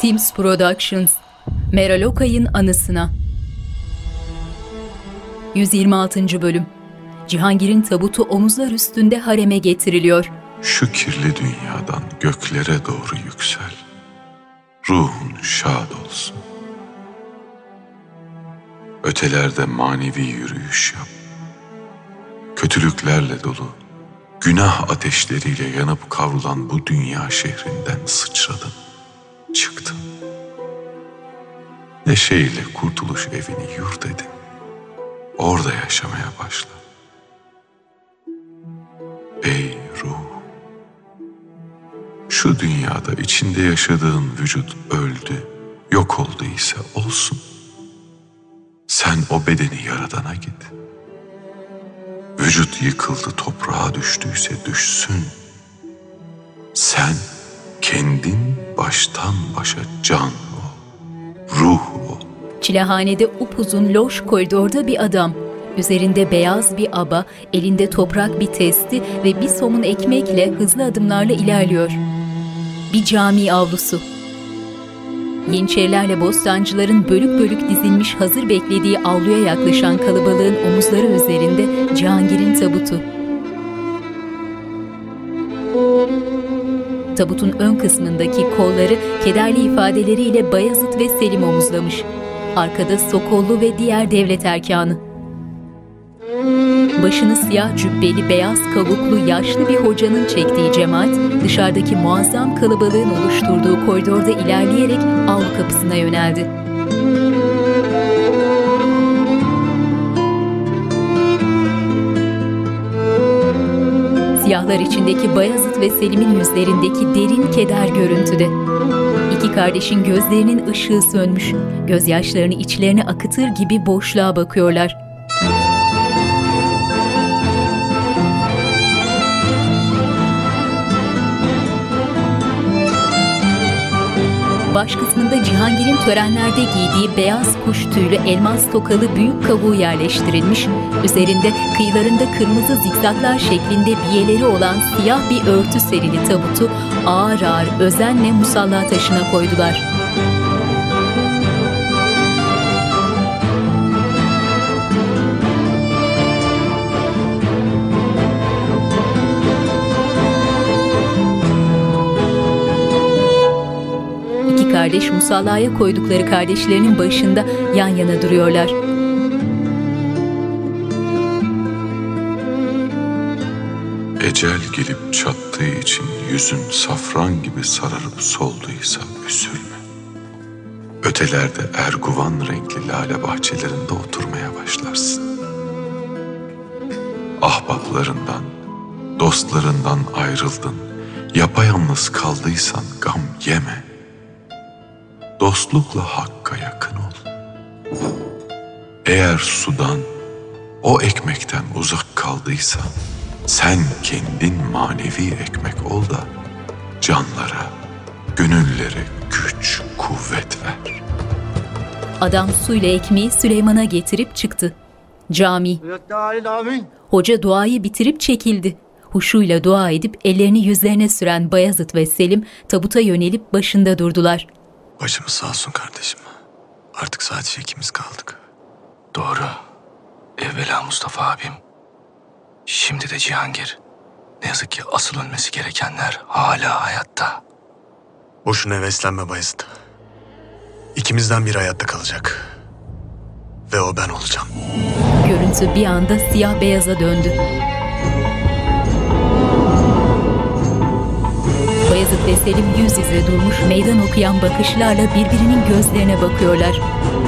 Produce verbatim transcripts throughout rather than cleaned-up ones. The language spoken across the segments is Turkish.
Teams Productions, Meral Okay'ın anısına. yüz yirmi altıncı bölüm. Cihangir'in tabutu omuzlar üstünde hareme getiriliyor. Şu kirli dünyadan göklere doğru yüksel. Ruhun şad olsun. Ötelerde manevi yürüyüş yap. Kötülüklerle dolu, günah ateşleriyle yanıp kavrulan bu dünya şehrinden sıçradın, çıktın. Neşeyle kurtuluş evini yurt edin. Orada yaşamaya başla. Ey ruh! Şu dünyada içinde yaşadığın vücut öldü, yok olduysa olsun. Sen o bedeni yaradana git. Vücut yıkıldı, toprağa düştüyse düşsün. Sen kendin baştan başa can ol, ruh ol. Çilehanede upuzun loş koridorda bir adam. Üzerinde beyaz bir aba, elinde toprak bir testi ve bir somun ekmekle hızlı adımlarla ilerliyor. Bir cami avlusu. Yeniçerilerle bostancıların bölük bölük dizilmiş hazır beklediği avluya yaklaşan kalabalığın omuzları üzerinde Cihangir'in tabutu. Tabutun ön kısmındaki kolları kederli ifadeleriyle Bayezid ve Selim omuzlamış. Arkada Sokollu ve diğer devlet erkanı. Başını siyah cübbeli, beyaz kavuklu, yaşlı bir hocanın çektiği cemaat, dışarıdaki muazzam kalabalığın oluşturduğu koridorda ilerleyerek avlu kapısına yöneldi. Siyahlar içindeki Bayezid ve Selim'in yüzlerindeki derin keder görüntüde. İki kardeşin gözlerinin ışığı sönmüş, gözyaşlarını içlerine akıtır gibi boşluğa bakıyorlar. Baş kısmında Cihangir'in törenlerde giydiği beyaz kuş tüylü elmas tokalı büyük kavuğu yerleştirilmiş, üzerinde kıyılarında kırmızı zikzaklar şeklinde biyeleri olan siyah bir örtü serili tabutu ağır ağır özenle musalla taşına koydular. Kardeş musallaya koydukları kardeşlerinin başında yan yana duruyorlar. Ecel gelip çattığı için yüzün safran gibi sararıp solduysa üzülme. Ötelerde erguvan renkli lale bahçelerinde oturmaya başlarsın. Ahbaplarından, dostlarından ayrıldın, yapayalnız kaldıysan gam yeme. Dostlukla Hakk'a yakın ol. Eğer sudan, o ekmekten uzak kaldıysan, sen kendin manevi ekmek ol da canlara, gönüllere güç, kuvvet ver. Adam suyla ekmeği Süleyman'a getirip çıktı. Cami. Hoca duayı bitirip çekildi. Huşuyla dua edip ellerini yüzlerine süren Bayezid ve Selim tabuta yönelip başında durdular. Başımız sağ olsun kardeşim. Artık sadece ikimiz kaldık. Doğru. Evvela Mustafa abim. Şimdi de Cihangir. Ne yazık ki asıl ölmesi gerekenler hala hayatta. Boşuna heveslenme Bayezid. İkimizden biri hayatta kalacak. Ve o ben olacağım. Görüntü bir anda siyah beyaza döndü. Bayezid ve Selim yüz yüze durmuş, meydan okuyan bakışlarla birbirinin gözlerine bakıyorlar.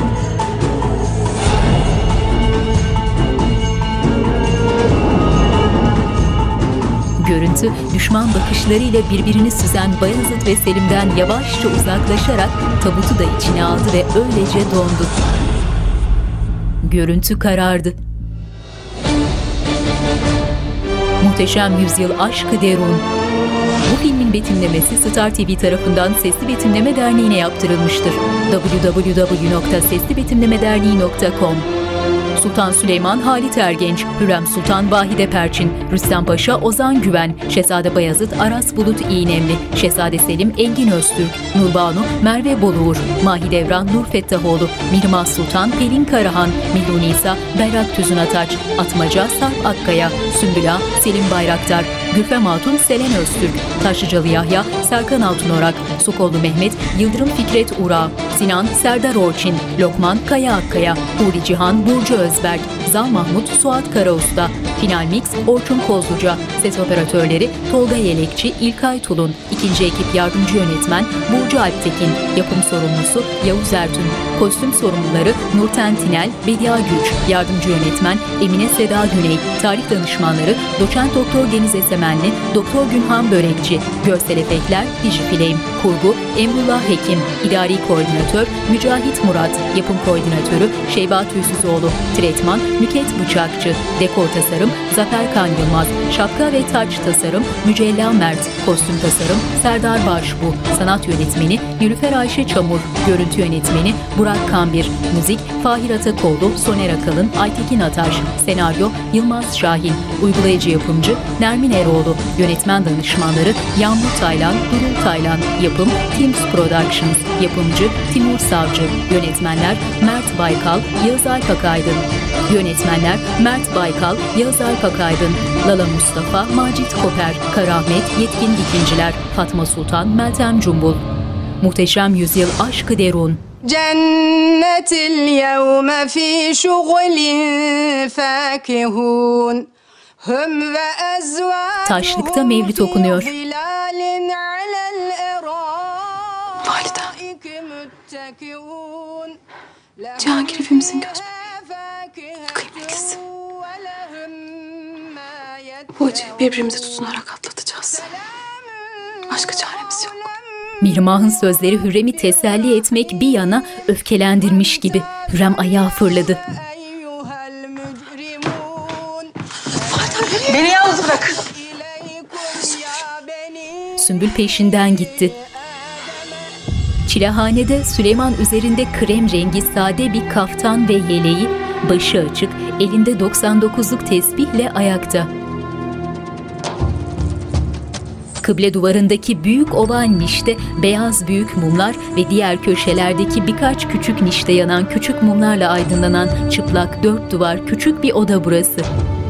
Görüntü, düşman bakışlarıyla birbirini süzen Bayezid ve Selim'den yavaşça uzaklaşarak tabutu da içine aldı ve öylece dondu. Görüntü karardı. Muhteşem Yüzyıl Aşk-ı Derun. Bu filmin betimlemesi Star T V tarafından Sesli Betimleme Derneği'ne yaptırılmıştır. double-u double-u double-u nokta sesli betimleme derneği nokta com Sultan Süleyman Halit Ergenç, Hürrem Sultan Vahide Perçin, Rüstem Paşa Ozan Güven, Şehzade Bayezid Aras Bulut İğnemli, Şehzade Selim Engin Öztürk, Nurbanu Merve Boluğur, Mahidevran Nur Fettahoğlu, Mihrimah Sultan Pelin Karahan, Mihru Nisa Berrak Tüzünataç, Atmaca Sarp Akkaya, Sümbüla Selim Bayraktar, Gülfem Hatun Selen Öztürk, Taşlıcalı Yahya Serkan Altınorak, Sokollu Mehmet Yıldırım Fikret Uğra, Sinan Serdar Orçin, Lokman Kaya Akkaya, Huri Cihan Burcu Özberk, Zal Mahmut Suat Karausta, Final Mix Orçun Kozluca, ses operatörleri Tolga Yelekçi, İlkay Tulun, ikinci ekip yardımcı yönetmen Burcu Alptekin, yapım sorumlusu Yavuz Ertün, kostüm sorumluları Nurten Tinel, Bedia Güç, yardımcı yönetmen Emine Seda Güney, tarih danışmanları Doçent Doktor Deniz Esemenli, Doktor Günhan Börekçi, görsel efektler Digifilm, kurgu Emrullah Hekim, idari koordinatör Mücahit Murat, yapım koordinatörü Şeyba Tüysüzoğlu, tretman Nüket Bıçakçı, dekor tasarım Zafer Kan Yılmaz, şapka ve taç tasarım Mücella Mert, kostüm tasarım Serdar Başbu, sanat yönetmeni Nilüfer Ayşe Çamur, görüntü yönetmeni Burak Kambir, müzik Fahir Atakoğlu, Soner Akalın, Aytekin Ataş, senaryo Yılmaz Şahin, uygulayıcı yapımcı Nermin Eroğlu, yönetmen danışmanları Yağmur Taylan, Durul Taylan, yapım Teams Productions, yapımcı Timur Savcı, yönetmenler Mert Baykal, Yağız Alpakaydın, yönetmenler Mert Baykal, Yağız Alpakaydın, Lala Mustafa, Macit Koper, Karahmet, Yetkin Dikinciler, Fatma Sultan, Meltem Cumbul. Muhteşem Yüzyıl Aşk-ı Derun. Cennetil yevme fi şugulin fakihun. Taşlık'ta mevlid okunuyor. Valide, Cihangir hepimizin göz bebeği, kıymetlisi. Bu acıyı birbirimize tutunarak atlatacağız. Başka çaremiz yok. Mihrimah'ın sözleri Hürrem'i teselli etmek bir yana öfkelendirmiş gibi. Hürrem ayağa fırladı. Beni yalnız bırakın. Sümbül peşinden gitti. Çilehanede Süleyman üzerinde krem rengi sade bir kaftan ve yeleği, başı açık, elinde doksan dokuzluk tesbihle ayakta. Kıble duvarındaki büyük oval nişte beyaz büyük mumlar ve diğer köşelerdeki birkaç küçük nişte yanan küçük mumlarla aydınlanan çıplak dört duvar küçük bir oda burası.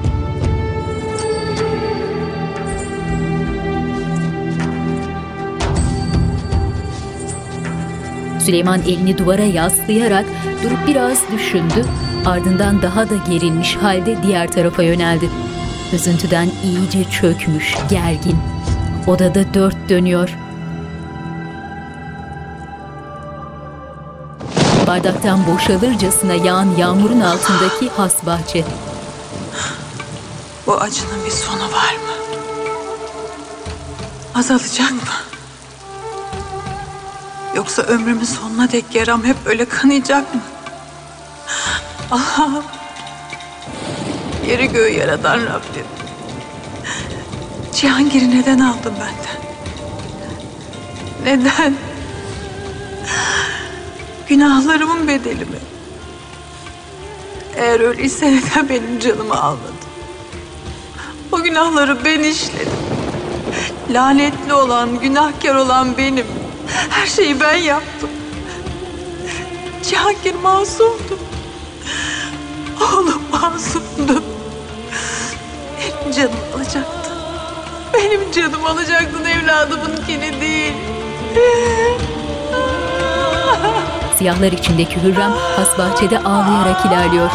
Süleyman elini duvara yaslayarak durup biraz düşündü, ardından daha da gerilmiş halde diğer tarafa yöneldi. Üzüntüden iyice çökmüş, gergin. Odada dört dönüyor. Bardaktan boşalırcasına yağan yağmurun altındaki has bahçe. Bu acının bir sonu var mı? Azalacak mı? Yoksa ömrümün sonuna dek yaram hep öyle kanayacak mı? Allah'ım, yeri göğü yaratan Rabbim, Cihangir'i neden aldın benden? Neden? Günahlarımın bedeli mi? Eğer öyleyse neden benim canımı almadın? O günahları ben işledim. Lanetli olan, günahkar olan benim. Her şeyi ben yaptım. Cihangir masumdu. Oğlum masumdu. Benim canım alacaktı. Benim canım alacaktın, evladımınkini değil. Siyahlar içindeki Hürrem has bahçede ağlayarak ilerliyor.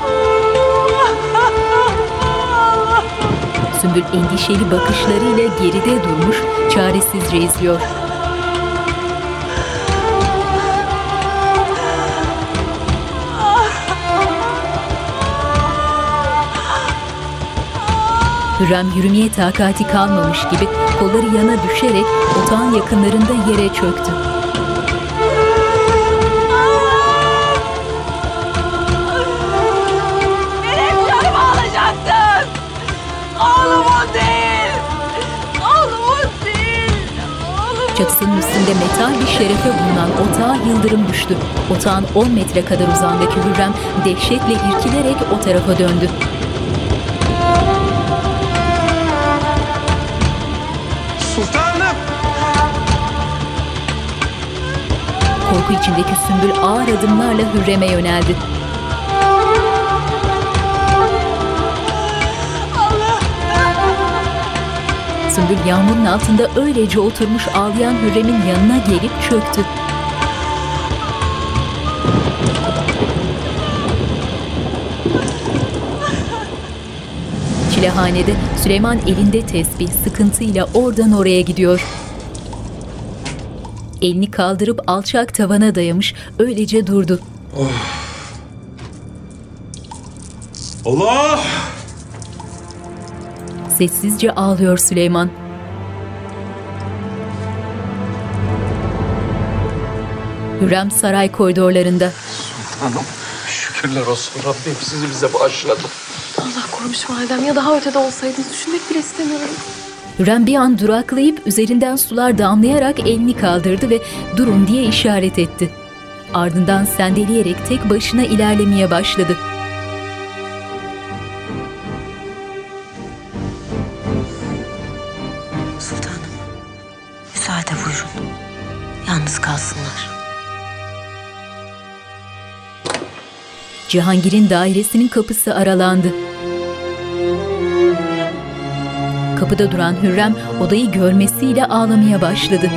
Sümbül endişeli bakışlarıyla geride durmuş, çaresizce izliyor. Hürrem yürümeye takati kalmamış gibi kolları yana düşerek otağın yakınlarında yere çöktü. Benim canımı alacaktın! Oğlumun değil! Oğlumun değil! Oğlumun masanın üstünde metal bir şerefe bulunan otağa yıldırım düştü. Otağın on metre kadar uzağındaki Hürrem dehşetle irkilerek o tarafa döndü. Sultanım! Korku içindeki Sümbül ağır adımlarla Hürrem'e yöneldi. Sümbül yağmurun altında öylece oturmuş ağlayan Hürrem'in yanına gelip çöktü. Çilehanede Süleyman elinde tesbih sıkıntıyla oradan oraya gidiyor. Elini kaldırıp alçak tavana dayamış öylece durdu. Oh. Allah! Sessizce ağlıyor Süleyman. Hürrem saray koridorlarında. Sultanım, şükürler olsun Rabbim sizi bize bağışladı. Allah korumuş validem, ya daha ötede olsaydınız düşünmek bile istemiyorum. Hürrem bir an duraklayıp üzerinden sular damlayarak elini kaldırdı ve durun diye işaret etti. Ardından sendeleyerek tek başına ilerlemeye başladı. Sultanım, müsaade buyurun. Yalnız kalsınlar. Cihangir'in dairesinin kapısı aralandı. Kapıda duran Hürrem odayı görmesiyle ağlamaya başladı.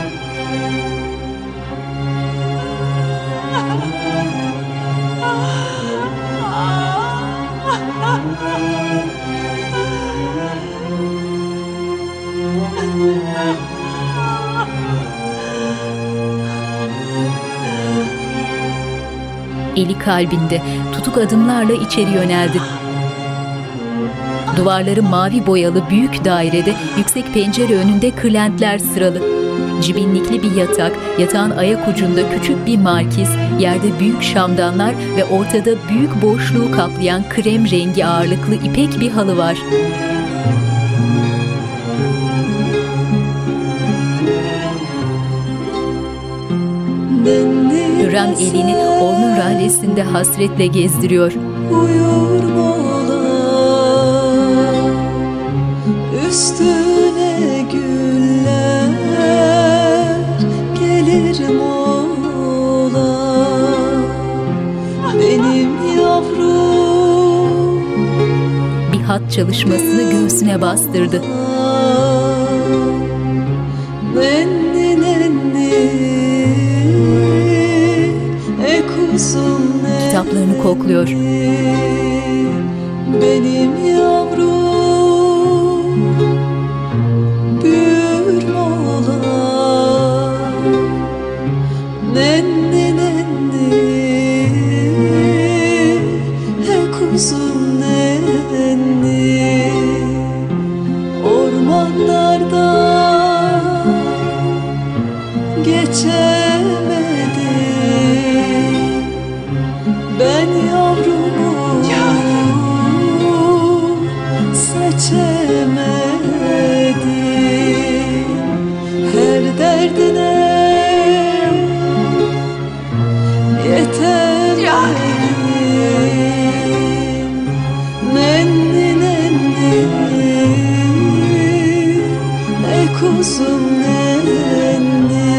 Eli kalbinde tutuk adımlarla içeri yöneldi. Duvarları mavi boyalı büyük dairede yüksek pencere önünde kırlentler sıralı. Cibinlikli bir yatak, yatağın ayak ucunda küçük bir markiz, yerde büyük şamdanlar ve ortada büyük boşluğu kaplayan krem rengi ağırlıklı ipek bir halı var. Hürrem elini oğlunun rahlesinde hasretle gezdiriyor. Uyur mola, üstüne güller gelir mola, benim yavrum. Bir hat çalışmasını göğsüne bastırdı. Nenni nenni, kitaplarını kokluyor. Benim yavrum büyür mola, nenni nenni, he kuzum nenni, ormanlarda geçemedim. Ben yavrumu seçemedim. Her derdine yetemedim. Nenni nenni, ey kuzum nenni,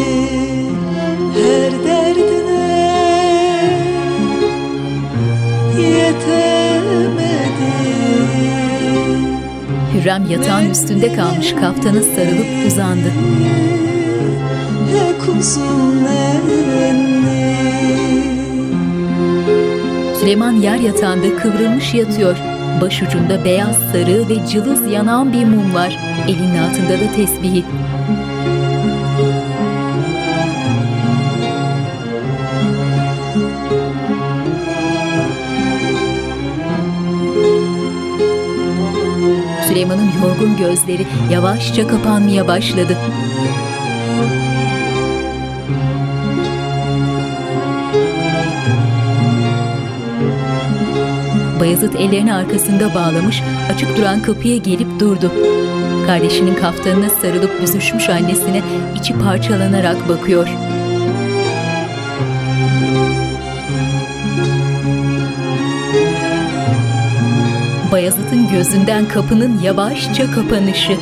her derdine Hürrem yatağın üstünde kalmış kaftana sarılıp uzandı. Süleyman yer yatağında kıvrılmış yatıyor. Başucunda beyaz sarı ve cılız yanan bir mum var. Elinin altında da tesbihi. Süleyman'ın yorgun gözleri yavaşça kapanmaya başladı. Bayezid ellerini arkasında bağlamış, açık duran kapıya gelip durdu. Kardeşinin kaftanına sarılıp büzüşmüş annesine içi parçalanarak bakıyor. Bayezid'in gözünden kapının yavaşça kapanışı.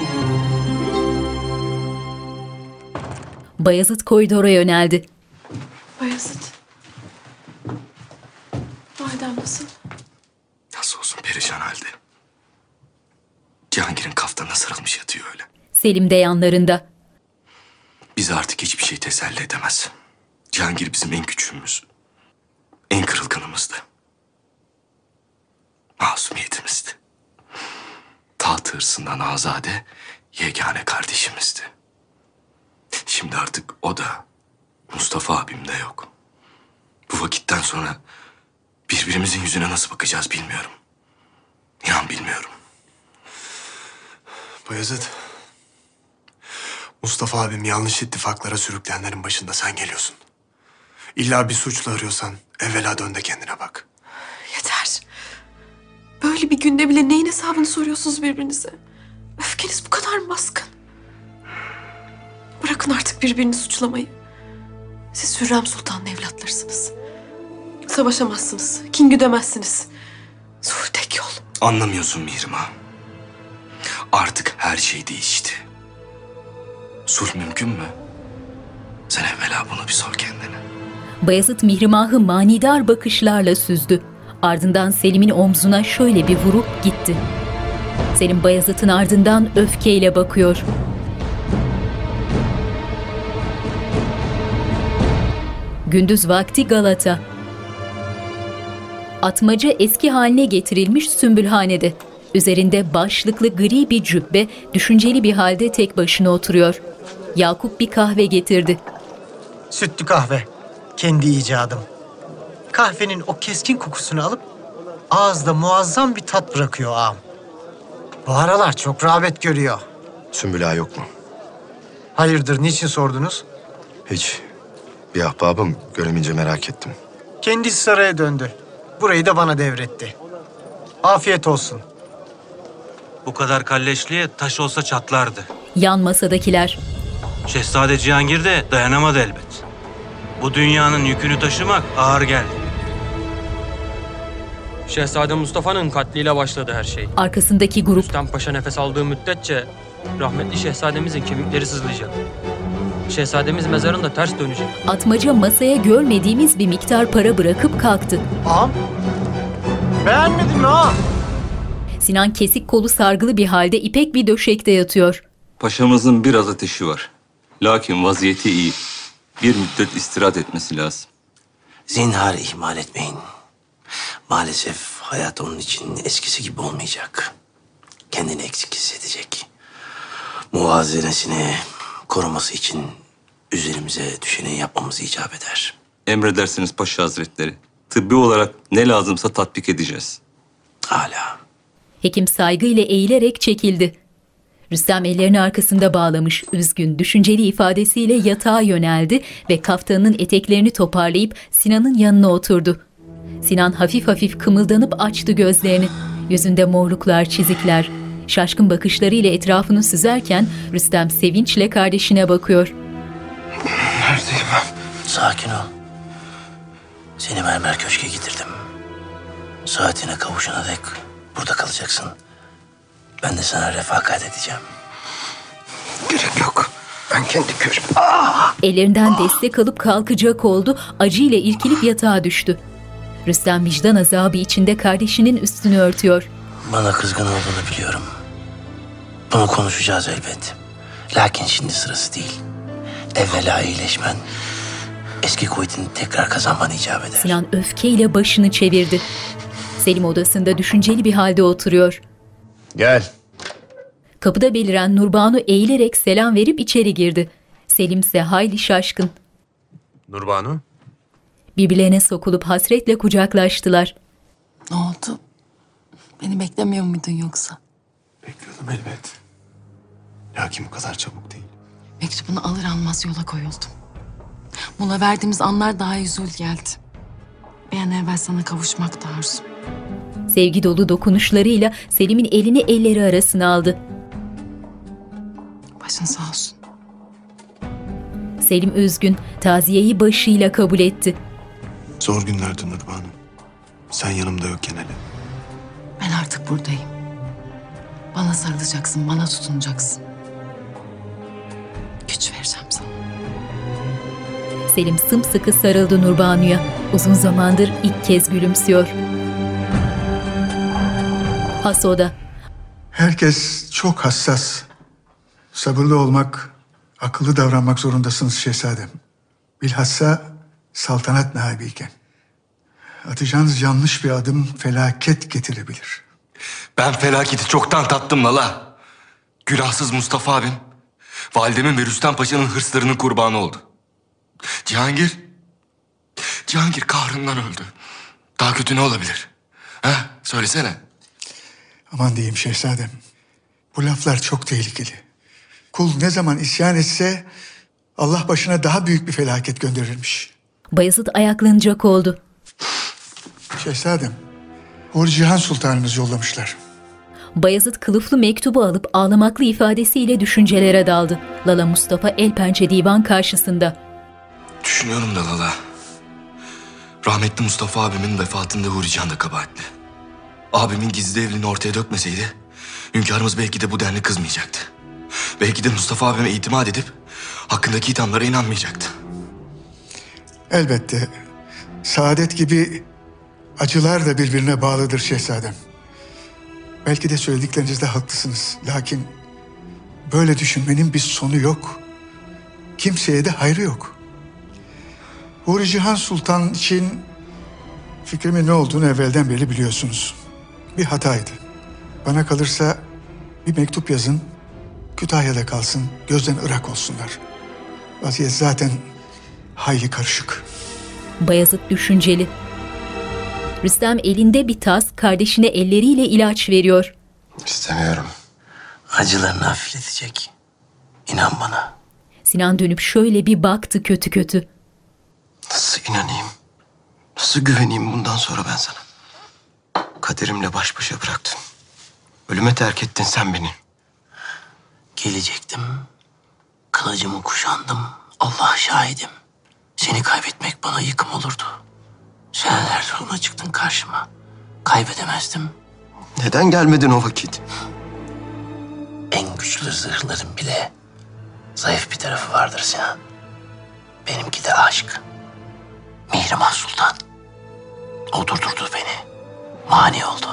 Bayezid koridora yöneldi. Bayezid. Validem nasıl? Nasıl olsun, perişan halde. Cihangir'in kaftanına sarılmış yatıyor öyle. Selim de yanlarında. Bizi artık hiçbir şey teselli edemez. Cihangir bizim en küçüğümüz, en kırılganımızdı. Masumiyetimizdi. Taht hırsından azade, yegane kardeşimizdi. Şimdi artık o da, Mustafa abim de yok. Bu vakitten sonra birbirimizin yüzüne nasıl bakacağız bilmiyorum. İnan bilmiyorum. Bayezid, Mustafa abim yanlış ittifaklara sürükleyenlerin başında sen geliyorsun. İlla bir suçlu arıyorsan evvela dön de kendine bak. Yeter. Böyle bir günde bile neyin hesabını soruyorsunuz birbirinize? Öfkeniz bu kadar mı baskın? Bırakın artık birbirini suçlamayı. Siz Hürrem Sultan'ın evlatlarısınız. Savaşamazsınız, kin güdemezsiniz. Sulh tek yol. Anlamıyorsun Mihrimah. Artık her şey değişti. Sulh mümkün mü? Sen evvela bunu bir sor kendine. Bayezid Mihrimah'ı manidar bakışlarla süzdü. Ardından Selim'in omzuna şöyle bir vurup gitti. Selim Bayezid'in ardından öfkeyle bakıyor. Gündüz vakti Galata. Atmaca eski haline getirilmiş Sümbülhane'de. Üzerinde başlıklı gri bir cübbe düşünceli bir halde tek başına oturuyor. Yakup bir kahve getirdi. Sütlü kahve. Kendi icadım. Kahvenin o keskin kokusunu alıp ağızda muazzam bir tat bırakıyor ağam. Bu aralar çok rağbet görüyor. Sümbül Ağa yok mu? Hayırdır, niçin sordunuz? Hiç. Bir ahbabım göremeyince merak ettim. Kendisi saraya döndü. Burayı da bana devretti. Afiyet olsun. Bu kadar kalleşliğe taş olsa çatlardı. Yan masadakiler. Şehzade Cihangir de dayanamadı elbet. Bu dünyanın yükünü taşımak ağır geldi. Şehzade Mustafa'nın katliyle başladı her şey. Arkasındaki grup. Rüstem Paşa nefes aldığı müddetçe rahmetli şehzademizin kemikleri sızlayacak. Şehzademiz mezarında ters dönecek. Atmaca masaya görmediğimiz bir miktar para bırakıp kalktı. Ağam, beğenmedin mi ağam? Sinan kesik kolu sargılı bir halde ipek bir döşekte yatıyor. Paşamızın biraz ateşi var. Lakin vaziyeti iyi. Bir müddet istirahat etmesi lazım. Zinhar ihmal etmeyin. Maalesef hayat onun için eskisi gibi olmayacak. Kendini eksik hissedecek. Muvazenesini koruması için üzerimize düşeni yapmamız icap eder. Emredersiniz Paşa Hazretleri. Tıbbi olarak ne lazımsa tatbik edeceğiz. Hala. Hekim saygıyla eğilerek çekildi. Rüstem ellerini arkasında bağlamış, üzgün, düşünceli ifadesiyle yatağa yöneldi ve kaftanının eteklerini toparlayıp Sinan'ın yanına oturdu. Sinan hafif hafif kımıldanıp açtı gözlerini. Yüzünde morluklar, çizikler. Şaşkın bakışlarıyla etrafını süzerken Rüstem sevinçle kardeşine bakıyor. Neredeyim ben? Sakin ol. Seni mermer köşke getirdim. Saatine kavuşana dek burada kalacaksın. Ben de sana refakat edeceğim. Gerek yok. Ben kendi köşküm. Ellerinden destek alıp kalkacak oldu, acıyla irkilip yatağa düştü. Rüstem vicdan azabı içinde kardeşinin üstünü örtüyor. Bana kızgın olduğunu biliyorum. Bunu konuşacağız elbet. Lakin şimdi sırası değil. Evvela iyileşmen, eski kuvvetini tekrar kazanman icap eder. Sinan öfkeyle başını çevirdi. Selim odasında düşünceli bir halde oturuyor. Gel. Kapıda beliren Nurbanu eğilerek selam verip içeri girdi. Selim ise hayli şaşkın. Nurbanu? Birbirlerine sokulup hasretle kucaklaştılar. Ne oldu? Beni beklemiyor muydun yoksa? Bekliyordum elbet. Lakin bu kadar çabuk değil. Mektubunu alır almaz yola koyuldum. Mola verdiğimiz anlar daha yüzül geldi. Bir an evvel sana kavuşmak da arzum. Sevgi dolu dokunuşlarıyla Selim'in elini elleri arasına aldı. Başın sağ olsun. Selim üzgün, taziyeyi başıyla kabul etti. Zor günlerdi Nurbanu. Sen yanımda yokken hele. Ben artık buradayım. Bana sarılacaksın, bana tutunacaksın. Güç vereceğim sana. Selim sımsıkı sarıldı Nurbanu'ya. Uzun zamandır ilk kez gülümsüyor. Hasoda. Herkes çok hassas. Sabırlı olmak, akıllı davranmak zorundasınız şehzadem. Bilhassa saltanat nahibiyken. Atacağınız yanlış bir adım felaket getirebilir. Ben felaketi çoktan tattım Lala. Günahsız Mustafa abim, validemin ve Rüstem Paşa'nın hırslarının kurbanı oldu. Cihangir, Cihangir kahrından öldü. Daha kötü ne olabilir? Ha, söylesene. Aman diyeyim şehzadem. Bu laflar çok tehlikeli. Kul ne zaman isyan etse Allah başına daha büyük bir felaket gönderirmiş. Bayezid ayaklanacak oldu. Şehzadem, Huri Cihan Sultanımız yollamışlar. Bayezid kılıflı mektubu alıp ağlamaklı ifadesiyle düşüncelere daldı. Lala Mustafa el pençe divan karşısında. Düşünüyorum da Lala. Rahmetli Mustafa abimin vefatında Huri Cihan da kabahatli. Abimin gizli evliliğini ortaya dökmeseydi hünkârımız belki de bu denli kızmayacaktı. Belki de Mustafa abime itimat edip hakkındaki ithamlara inanmayacaktı. Elbette saadet gibi acılar da birbirine bağlıdır şehzadem. Belki de söylediklerinizde haklısınız. Lakin böyle düşünmenin bir sonu yok. Kimseye de hayrı yok. Huri Cihan Sultan için fikrimin ne olduğunu evvelden beri biliyorsunuz. Bir hataydı. Bana kalırsa bir mektup yazın, Kütahya'da kalsın, gözden ırak olsunlar. Vaziyet zaten hayli karışık. Bayezid düşünceli. Rüstem elinde bir tas, kardeşine elleriyle ilaç veriyor. İstemiyorum. Acılarını hafifletecek. İnan bana. Sinan dönüp şöyle bir baktı kötü kötü. Nasıl inanayım? Nasıl güveneyim bundan sonra ben sana? Kaderimle baş başa bıraktın. Ölüme terk ettin sen beni. Gelecektim. Kılıcımı kuşandım. Allah şahidim. Seni kaybetmek bana yıkım olurdu. Seneler sonra çıktın karşıma. Kaybedemezdim. Neden gelmedin o vakit? En güçlü zırhların bile zayıf bir tarafı vardır Sinan. Benimki de aşk. Mihrimah Sultan. O durdurdu beni. Mani oldu.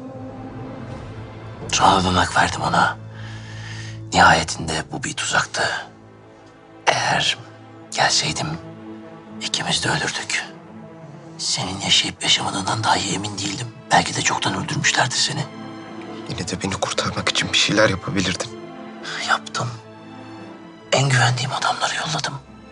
Sonradan hak verdim ona. Nihayetinde bu bir tuzaktı. Eğer gelseydim ikimiz de ölürdük. Senin yaşayıp yaşamadığından dahi emin değildim. Belki de çoktan öldürmüşlerdi seni. Yine de beni kurtarmak için bir şeyler yapabilirdin. Yaptım. En güvendiğim adamları yolladım.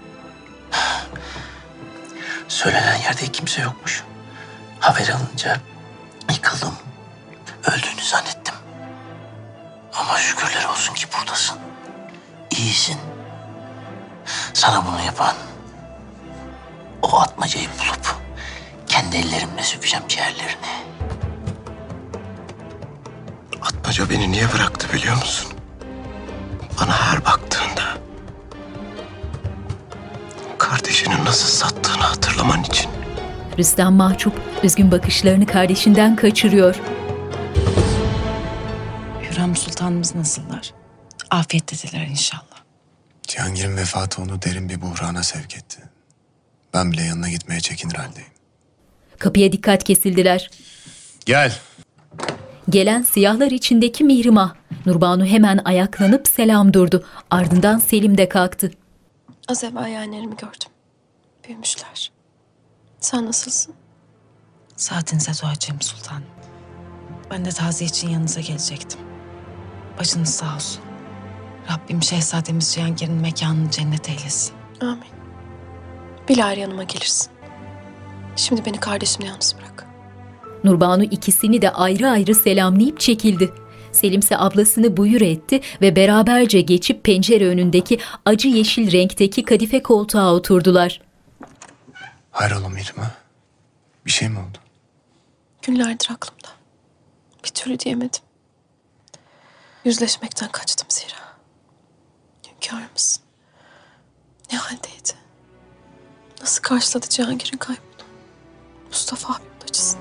Söylenen yerde kimse yokmuş. Haber alınca yıkıldım. Öldüğünü zannettim. Ama şükürler olsun ki buradasın. İyisin. Sana bunu yapan o atmacayı bulup kendi ellerimle sökeceğim ciğerlerini. Atmaca beni niye bıraktı biliyor musun? Bana her baktığında kardeşini nasıl sattığını hatırlaman için. Rüstem mahcup, üzgün bakışlarını kardeşinden kaçırıyor. Hürrem Sultanımız nasıllar? Afiyettedirler inşallah. Cihangir'in vefatı onu derin bir buhrana sevk etti. Ben bile yanına gitmeye çekinir haldeyim. Kapıya dikkat kesildiler. Gel. Gelen siyahlar içindeki Mihrimah. Nurbanu hemen ayaklanıp selam durdu. Ardından Selim de kalktı. Az evvel yeğenlerimi gördüm. Büyümüşler. Sen nasılsın? Saatinize duacıyım sultanım. Ben de taziye için yanınıza gelecektim. Başınız sağ olsun. Rabbim şehzademiz Cihangir'in mekanını cennet eylesin. Amin. Bilahare yanıma gelirsin. Şimdi beni kardeşimle yalnız bırak. Nurbanu ikisini de ayrı ayrı selamlayıp çekildi. Selim ise ablasını buyur etti ve beraberce geçip pencere önündeki acı yeşil renkteki kadife koltuğa oturdular. Hayrola Mihrimah? Bir şey mi oldu? Günlerdir aklımda. Bir türlü diyemedim. Yüzleşmekten kaçtım zira. Hünkârımız ne haldeydi? Nasıl karşıladı Cihangir'in kaybını? Mustafa abimin acısını.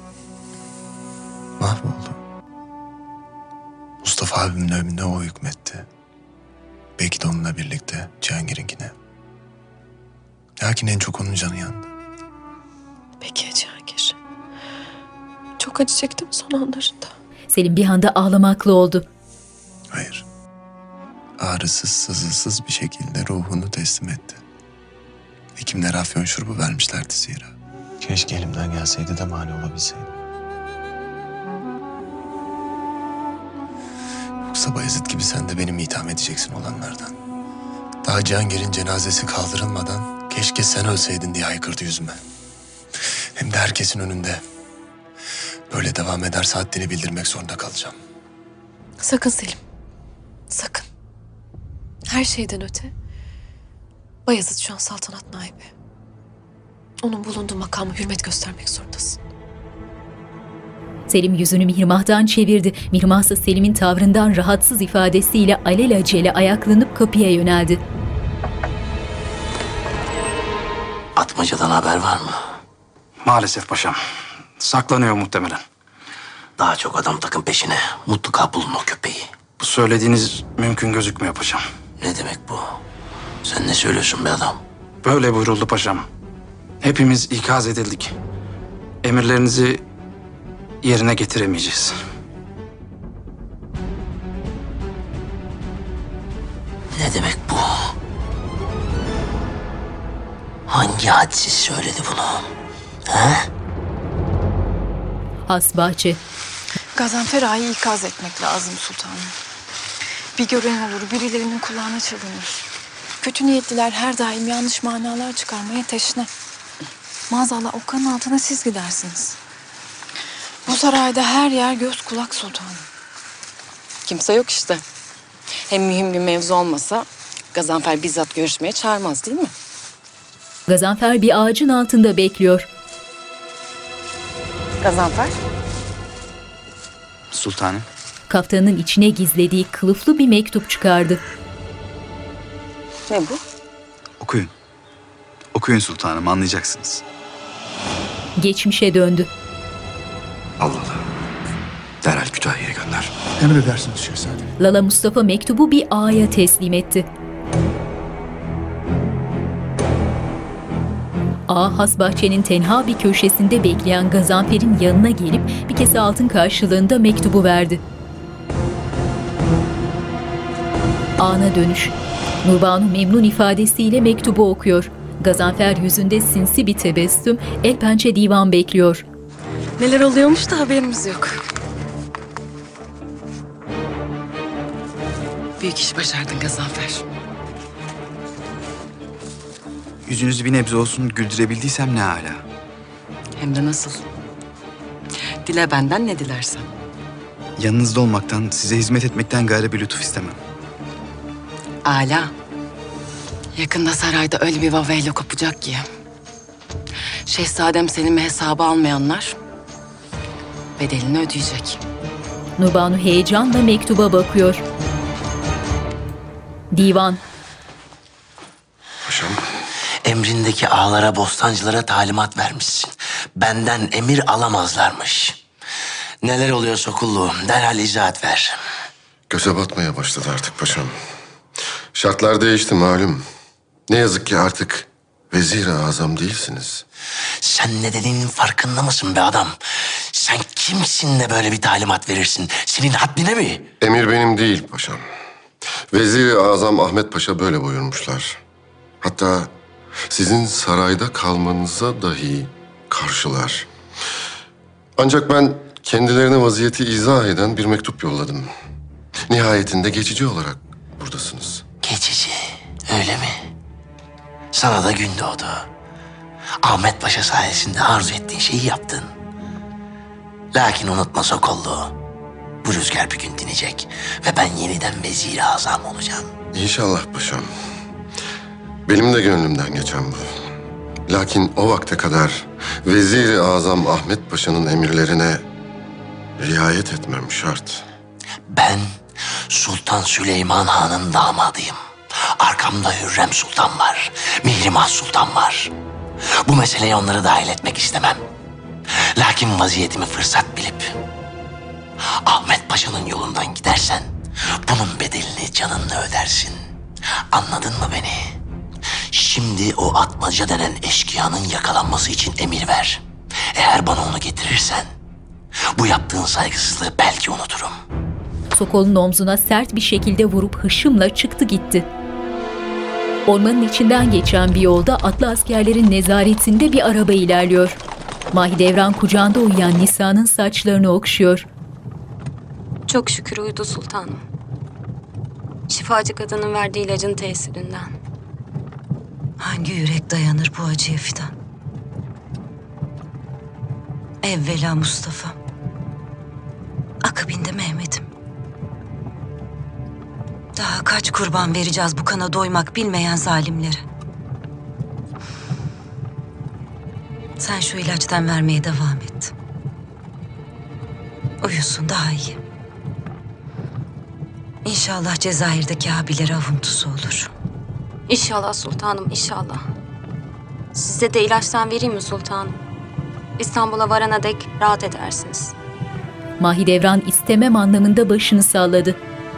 Mahvoldu. Mustafa abimin ölümüne o hükmetti. Belki de onunla birlikte Cihangir'inkine. Lakin en çok onun canı yandı. Peki ya Cihangir? Çok acı çekti mi son anlarında? Selim bir anda ağlamaklı oldu. Hayır. Ağrısız, sızısız bir şekilde ruhunu teslim etti. Hekimler afyon şurubu vermişlerdi zira. Keşke elimden gelseydi de mani olabilseydim. Yoksa Bayezid gibi sen de benim itham edeceksin olanlardan. Daha Cihangir'in cenazesi kaldırılmadan keşke sen ölseydin diye haykırdı yüzüme. Hem de herkesin önünde. Böyle devam ederse haddini bildirmek zorunda kalacağım. Sakın Selim. Sakın. Her şeyden öte Bayezid şu an saltanat naibi. Onun bulunduğu makama hürmet göstermek zorundasın. Selim yüzünü Mihrimah'tan çevirdi. Mihrimah ise Selim'in tavrından rahatsız ifadesiyle alelacele ayaklanıp kapıya yöneldi. Atmaca'dan haber var mı? Maalesef paşam. Saklanıyor muhtemelen. Daha çok adam takın peşine. Mutlaka bulun o köpeği. Bu söylediğiniz mümkün gözükmüyor paşam. Ne demek bu? Sen ne söylüyorsun be adam? Böyle buyuruldu paşam. Hepimiz ikaz edildik. Emirlerinizi yerine getiremeyeceğiz. Ne demek bu? Hangi hadsiz söyledi bunu? He? Hasbahçe. Gazanfer Ağa'yı ikaz etmek lazım sultanım. Bir gören olur, birilerinin kulağına çalınır. Kötü niyetliler her daim yanlış manalar çıkarmaya teşne. Maazallah okkanın altına siz gidersiniz. Bu sarayda her yer göz kulak sultanım. Kimse yok işte. Hem mühim bir mevzu olmasa Gazanfer bizzat görüşmeye çağırmaz değil mi? Gazanfer bir ağacın altında bekliyor. Gazanfer? Sultanım. Kaftanın içine gizlediği kılıflı bir mektup çıkardı. Ne bu? Okuyun. Okuyun sultanım, anlayacaksınız. Geçmişe döndü. Allah Allah. Derhal Kütahya'ya gönder. Emredersiniz şehzadem. Lala Mustafa mektubu bir ağaya teslim etti. Ağa Hasbahçe'nin tenha bir köşesinde bekleyen Gazanfer'in yanına gelip bir kese altın karşılığında mektubu verdi. Ağına dönüş. Nurbanu memnun ifadesiyle mektubu okuyor. Gazanfer yüzünde sinsi bir tebessüm, el pençe divan bekliyor. Neler oluyormuş da haberimiz yok. Büyük iş başardın Gazanfer. Yüzünüzü bir nebze olsun güldürebildiysem ne âlâ. Hem de nasıl? Dile benden ne dilersen. Yanınızda olmaktan, size hizmet etmekten gayrı bir lütuf istemem. Âlâ. Yakında sarayda öyle bir vaveyla kopacak ki. Şehzadem Selim'i hesaba almayanlar bedelini ödeyecek. Nurbanu heyecanla mektuba bakıyor. Divan. Paşam. Emrindeki ağalara, bostancılara talimat vermişsin. Benden emir alamazlarmış. Neler oluyor Sokullu? Derhal izahat ver. Göze batmaya başladı artık paşam. Şartlar değişti malum. Ne yazık ki artık vezir-i azam değilsiniz. Sen ne dediğinin farkında mısın be adam? Sen kimsin de böyle bir talimat verirsin? Senin haddine mi? Emir benim değil paşam. Vezir-i azam Ahmet Paşa böyle buyurmuşlar. Hatta sizin sarayda kalmanıza dahi karşılar. Ancak ben kendilerine vaziyeti izah eden bir mektup yolladım. Nihayetinde geçici olarak buradasınız. Geçici, öyle mi? Sana da gün doğdu. Ahmet Paşa sayesinde arzu ettiğin şeyi yaptın. Lakin unutma Sokollu. Bu rüzgar bir gün dinecek ve ben yeniden vezir-i azam olacağım. İnşallah paşam. Benim de gönlümden geçen bu. Lakin o vakte kadar vezir-i azam Ahmet Paşa'nın emirlerine riayet etmem şart. Ben Sultan Süleyman Han'ın damadıyım. Arkamda Hürrem Sultan var, Mihrimah Sultan var. Bu meseleye onları dahil etmek istemem. Lakin vaziyetimi fırsat bilip Ahmet Paşa'nın yolundan gidersen bunun bedelini canınla ödersin. Anladın mı beni? Şimdi o Atmaca denen eşkıyanın yakalanması için emir ver. Eğer bana onu getirirsen bu yaptığın saygısızlığı belki unuturum. Sokol'un omzuna sert bir şekilde vurup hışımla çıktı gitti. Ormanın içinden geçen bir yolda atlı askerlerin nezaretinde bir araba ilerliyor. Mahidevran kucağında uyuyan Nisa'nın saçlarını okşuyor. Çok şükür uyudu sultanım. Şifacı kadının verdiği ilacın tesirinden. Hangi yürek dayanır bu acıya Fidan? Evvela Mustafa. Akabinde Mehmet'im. Daha kaç kurban vereceğiz bu kana doymak bilmeyen zalimlere? Sen şu ilaçtan vermeye devam et. Uyusun daha iyi. İnşallah Cezayir'deki abileri avuntusu olur. İnşallah sultanım, inşallah. Size de ilaçtan vereyim mi sultanım? İstanbul'a varana dek rahat edersiniz. Mahidevran istemem anlamında başını salladı.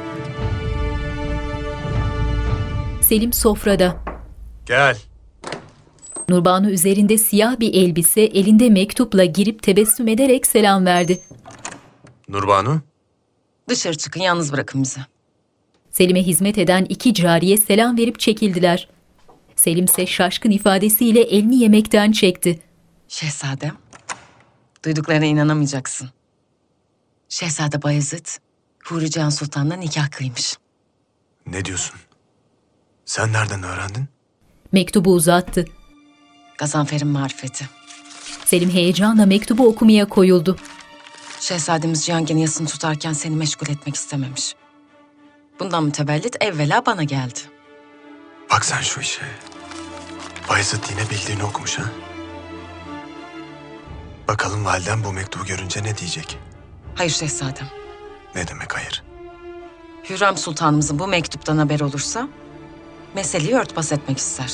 Selim sofrada. Gel. Nurbanu üzerinde siyah bir elbise, elinde mektupla girip tebessüm ederek selam verdi. Nurbanu? Dışarı çıkın, yalnız bırakın bizi. Selim'e hizmet eden iki cariye selam verip çekildiler. Selim ise şaşkın ifadesiyle elini yemekten çekti. Şehzadem, duyduklarına inanamayacaksın. Şehzade Bayezid, Huri Cihan Sultan'la nikah kıymış. Ne diyorsun? Sen nereden öğrendin? Mektubu uzattı. Gazanfer'in marifeti. Selim heyecanla mektubu okumaya koyuldu. Şehzademiz Cihangir'in yasını tutarken seni meşgul etmek istememiş. Bundan mütevellit evvela bana geldi. Bak sen şu işe. Bayezid yine bildiğini okumuş ha. Bakalım validen bu mektubu görünce ne diyecek? Hayır şehzadem. Ne demek hayır? Hürrem Sultanımızın bu mektuptan haber olursa meseleyi örtbas etmek ister.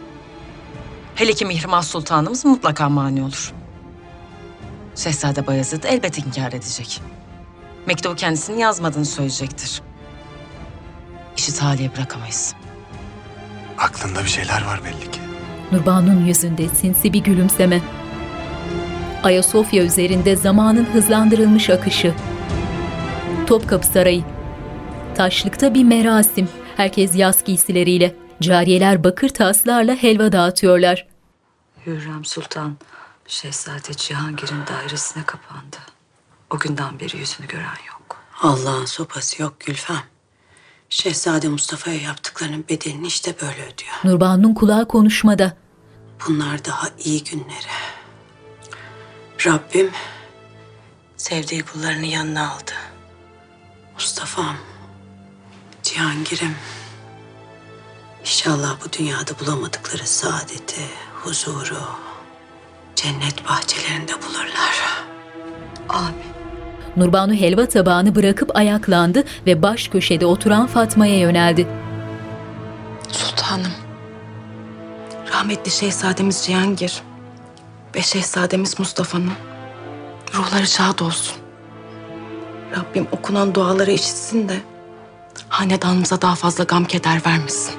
Hele ki Mihrimah Sultanımız mutlaka mani olur. Şehzade Bayezid elbet inkar edecek. Mektubu kendisinin yazmadığını söyleyecektir. İşi taliye bırakamayız. Aklında bir şeyler var belli ki. Nurbanu'nun yüzünde sinsi bir gülümseme. Ayasofya üzerinde zamanın hızlandırılmış akışı. Topkapı Sarayı. Taşlıkta bir merasim. Herkes yaz giysileriyle. Cariyeler bakır taslarla helva dağıtıyorlar. Hürrem Sultan, Şehzade Cihangir'in dairesine kapandı. O günden beri yüzünü gören yok. Allah'ın sopası yok Gülfem. Şehzade Mustafa'ya yaptıklarının bedelini işte böyle ödüyor. Nurbanu'nun kulağı konuşmada. Bunlar daha iyi günleri. Rabbim sevdiği kullarını yanına aldı. Mustafa'm, Cihangir'im. İnşallah bu dünyada bulamadıkları saadeti, huzuru cennet bahçelerinde bulurlar. Amin. Nurbanu helva tabağını bırakıp ayaklandı ve baş köşede oturan Fatma'ya yöneldi. Sultanım, rahmetli Şehzademiz Cihangir ve Şehzademiz Mustafa'nın ruhları şad olsun. Rabbim okunan duaları işitsin de hanedanımıza daha fazla gam keder vermesin.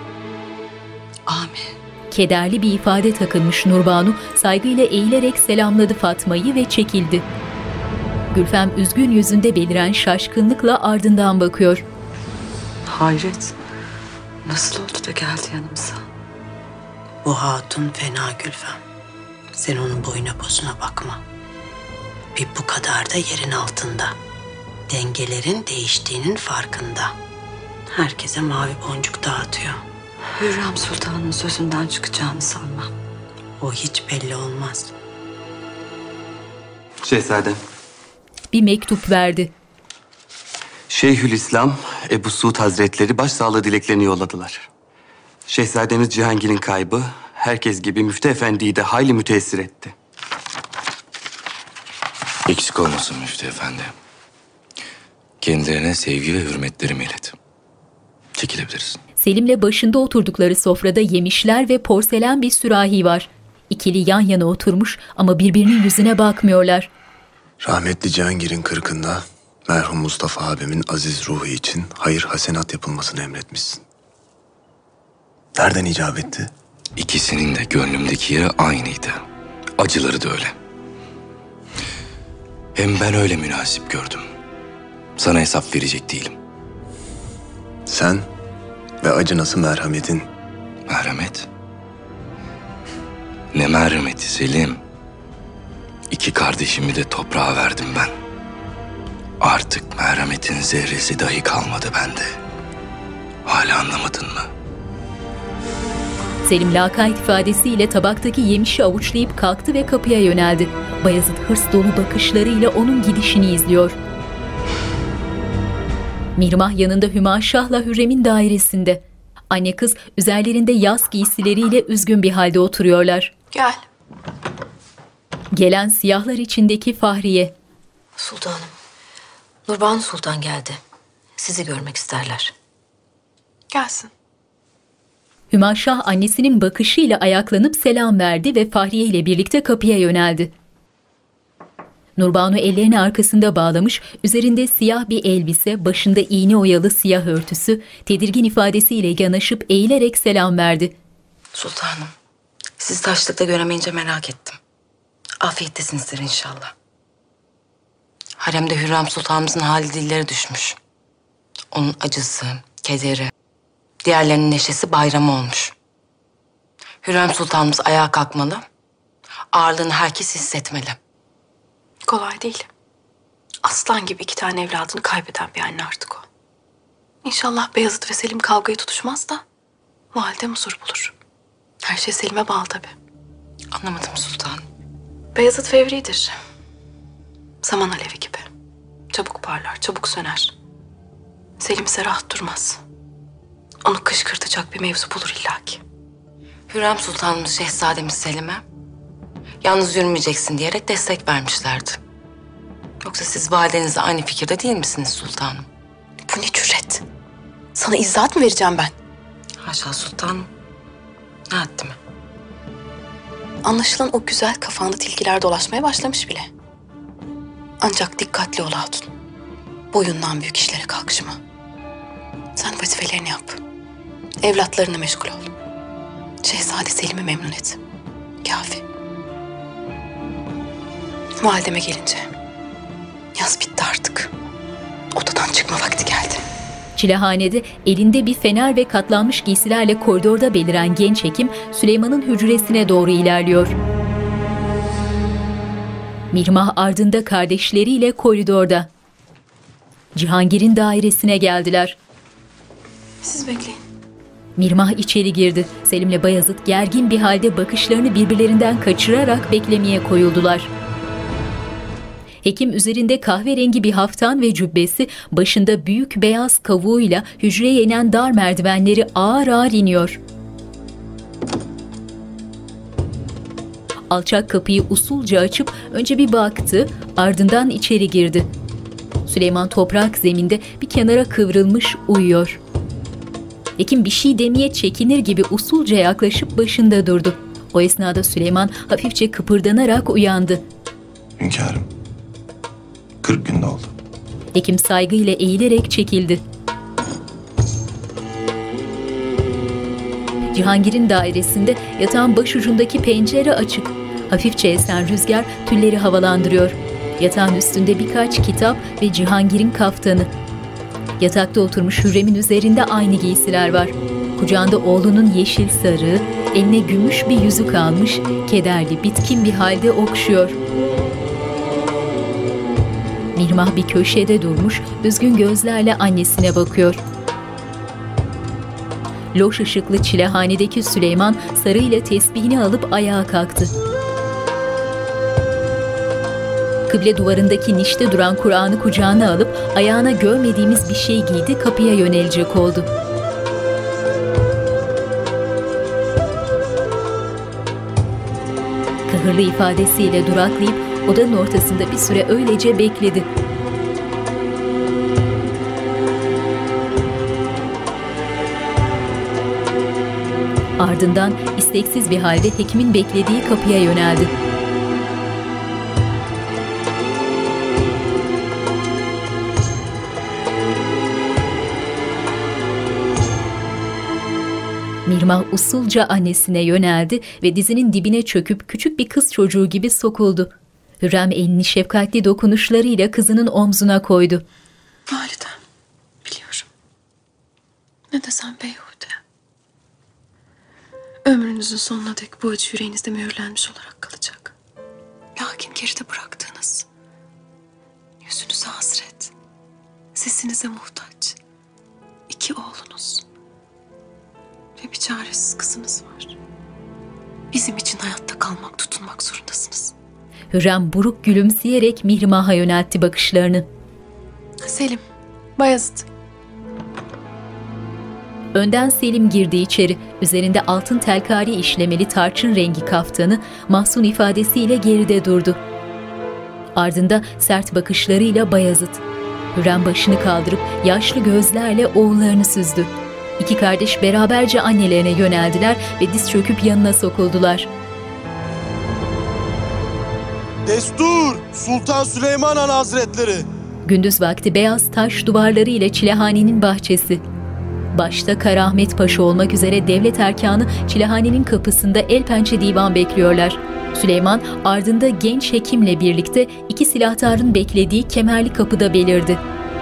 Amin. Kederli bir ifade takılmış Nurbanu saygıyla eğilerek selamladı Fatma'yı ve çekildi. Gülfem üzgün yüzünde beliren şaşkınlıkla ardından bakıyor. Hayret. Nasıl oldu da geldi yanımıza? Bu hatun fena Gülfem. Sen onun boyuna posuna bakma. Bir bu kadar da yerin altında. Dengelerin değiştiğinin farkında. Herkese mavi boncuk dağıtıyor. Hürrem Sultan'ın sözünden çıkacağını sanmam. O hiç belli olmaz. Şehzadem. Bir mektup verdi. Şeyhülislam Ebu Suud Hazretleri başsağlığı dileklerini yolladılar. Şehzademiz Cihangir'in kaybı herkes gibi Müftü Efendi'yi de hayli müteessir etti. Eksik olmasın Müftü Efendi. Kendilerine sevgi ve hürmetlerimi ilet. Çekilebilirsin. Selim'le başında oturdukları sofrada yemişler ve porselen bir sürahi var. İkili yan yana oturmuş ama birbirinin yüzüne bakmıyorlar. Rahmetli Cihangir'in kırkında merhum Mustafa abimin aziz ruhu için hayır hasenat yapılmasını emretmişsin. Nereden icap etti? İkisinin de gönlümdeki yeri aynıydı. Acıları da öyle. Hem ben öyle münasip gördüm. Sana hesap verecek değilim. Sen ve acınası merhametin. Merhamet? Ne merhameti Selim? İki kardeşimi de toprağa verdim ben. Artık merhametin zerresi dahi kalmadı bende. Hala anlamadın mı? Selim lakayt ifadesiyle tabaktaki yemişi avuçlayıp kalktı ve kapıya yöneldi. Bayezid hırs dolu bakışlarıyla onun gidişini izliyor. Mihrimah yanında Hümaşah'la Hürrem'in dairesinde. Anne kız üzerlerinde yaz giysileriyle üzgün bir halde oturuyorlar. Gel. Gelen siyahlar içindeki Fahriye. Sultanım, Nurbanu Sultan geldi. Sizi görmek isterler. Gelsin. Hümaşah annesinin bakışıyla ayaklanıp selam verdi ve Fahriye ile birlikte kapıya yöneldi. Nurbanu ellerini arkasında bağlamış, üzerinde siyah bir elbise, başında iğne oyalı siyah örtüsü, tedirgin ifadesiyle yanaşıp eğilerek selam verdi. Sultanım, sizi taşlıkta göremeyince merak ettim. Afiyettesinizdir inşallah. Haremde Hürrem Sultanımızın hali dilleri düşmüş. Onun acısı, kederi, diğerlerinin neşesi bayramı olmuş. Hürrem Sultanımız ayağa kalkmalı, ağırlığını herkes hissetmeli. Kolay değil. Aslan gibi iki tane evladını kaybeden bir anne artık o. İnşallah Beyazıt ve Selim kavgayı tutuşmaz da validem huzur bulur. Her şey Selim'e bağlı tabii. Anlamadım sultanım. Beyazıt fevridir. Saman alevi gibi. Çabuk parlar, çabuk söner. Selim ise rahat durmaz. Onu kışkırtacak bir mevzu bulur illaki. Hürrem Sultanımız Şehzademiz Selim'e yalnız yürümeyeceksin diyerek destek vermişlerdi. Yoksa siz validenizle aynı fikirde değil misiniz sultanım? Bu ne cüret? Sana izahat mı vereceğim ben? Haşa sultanım. Ne etti mi? Anlaşılan o güzel kafanda tilkiler dolaşmaya başlamış bile. Ancak dikkatli ol hatun. Boyundan büyük işlere kalkışma. Sen vazifelerini yap. Evlatlarına meşgul ol. Şehzade Selim'i memnun et. Kafi. Valideme gelince yaz bitti artık. Odadan çıkma vakti geldi. Çilehanede elinde bir fener ve katlanmış giysilerle koridorda beliren genç hekim Süleyman'ın hücresine doğru ilerliyor. Mihrimah ardında kardeşleriyle koridorda. Cihangir'in dairesine geldiler. Siz bekleyin. Mihrimah içeri girdi. Selim'le Bayezid gergin bir halde bakışlarını birbirlerinden kaçırarak beklemeye koyuldular. Hekim üzerinde kahverengi bir haftan ve cübbesi, başında büyük beyaz kavuğuyla hücreye inen dar merdivenleri ağır ağır iniyor. Alçak kapıyı usulca açıp önce bir baktı, ardından içeri girdi. Süleyman toprak zeminde bir kenara kıvrılmış uyuyor. Hekim bir şey demeye çekinir gibi usulca yaklaşıp başında durdu. O esnada Süleyman hafifçe kıpırdanarak uyandı. Hünkârım, kırk günde oldu. Hekim saygıyla eğilerek çekildi. Cihangir'in dairesinde yatağın başucundaki pencere açık. Hafifçe esen rüzgar tülleri havalandırıyor. Yatağın üstünde birkaç kitap ve Cihangir'in kaftanı. Yatakta oturmuş Hürrem'in üzerinde aynı giysiler var. Kucağında oğlunun yeşil sarığı, eline gümüş bir yüzük almış, kederli, bitkin bir halde okşuyor. Mihrimah bir köşede durmuş, üzgün gözlerle annesine bakıyor. Loş ışıklı çilehanedeki Süleyman sarıyla tesbihini alıp ayağa kalktı. Kıble duvarındaki nişte duran Kur'an'ı kucağına alıp ayağına görmediğimiz bir şey giydi, kapıya yönelecek oldu. Kahırlı ifadesiyle duraklayıp odanın ortasında bir süre öylece bekledi. Ardından isteksiz bir halde hekimin beklediği kapıya yöneldi. Mihrimah usulca annesine yöneldi ve dizinin dibine çöküp küçük bir kız çocuğu gibi sokuldu. Hürrem elini şefkatli dokunuşlarıyla kızının omzuna koydu. Validem, biliyorum. Ne desem beyhude. Ömrünüzün sonuna dek bu acı yüreğinizde mühürlenmiş olarak kalacak. Lakin geride bıraktığınız, yüzünüze hasret, sesinize muhtaç iki oğlunuz ve bir çaresiz kızınız var. Bizim için hayatta kalmak, tutunmak zorundasınız. Hürrem buruk gülümseyerek Mihrimah'a yöneltti bakışlarını. Selim, Bayezid. Önden Selim girdi içeri. Üzerinde altın telkari işlemeli tarçın rengi kaftanı mahzun ifadesiyle geride durdu. Ardında sert bakışlarıyla Bayezid. Hürrem başını kaldırıp yaşlı gözlerle oğullarını süzdü. İki kardeş beraberce annelerine yöneldiler ve diz çöküp yanına sokuldular. Destur! Sultan Süleyman Han Hazretleri! Gündüz vakti beyaz taş duvarları ile Çilehane'nin bahçesi. Başta Karahmet Paşa olmak üzere devlet erkanı Çilehane'nin kapısında el pençe divan bekliyorlar. Süleyman ardında genç hekimle birlikte iki silahtarın beklediği kemerli kapıda belirdi.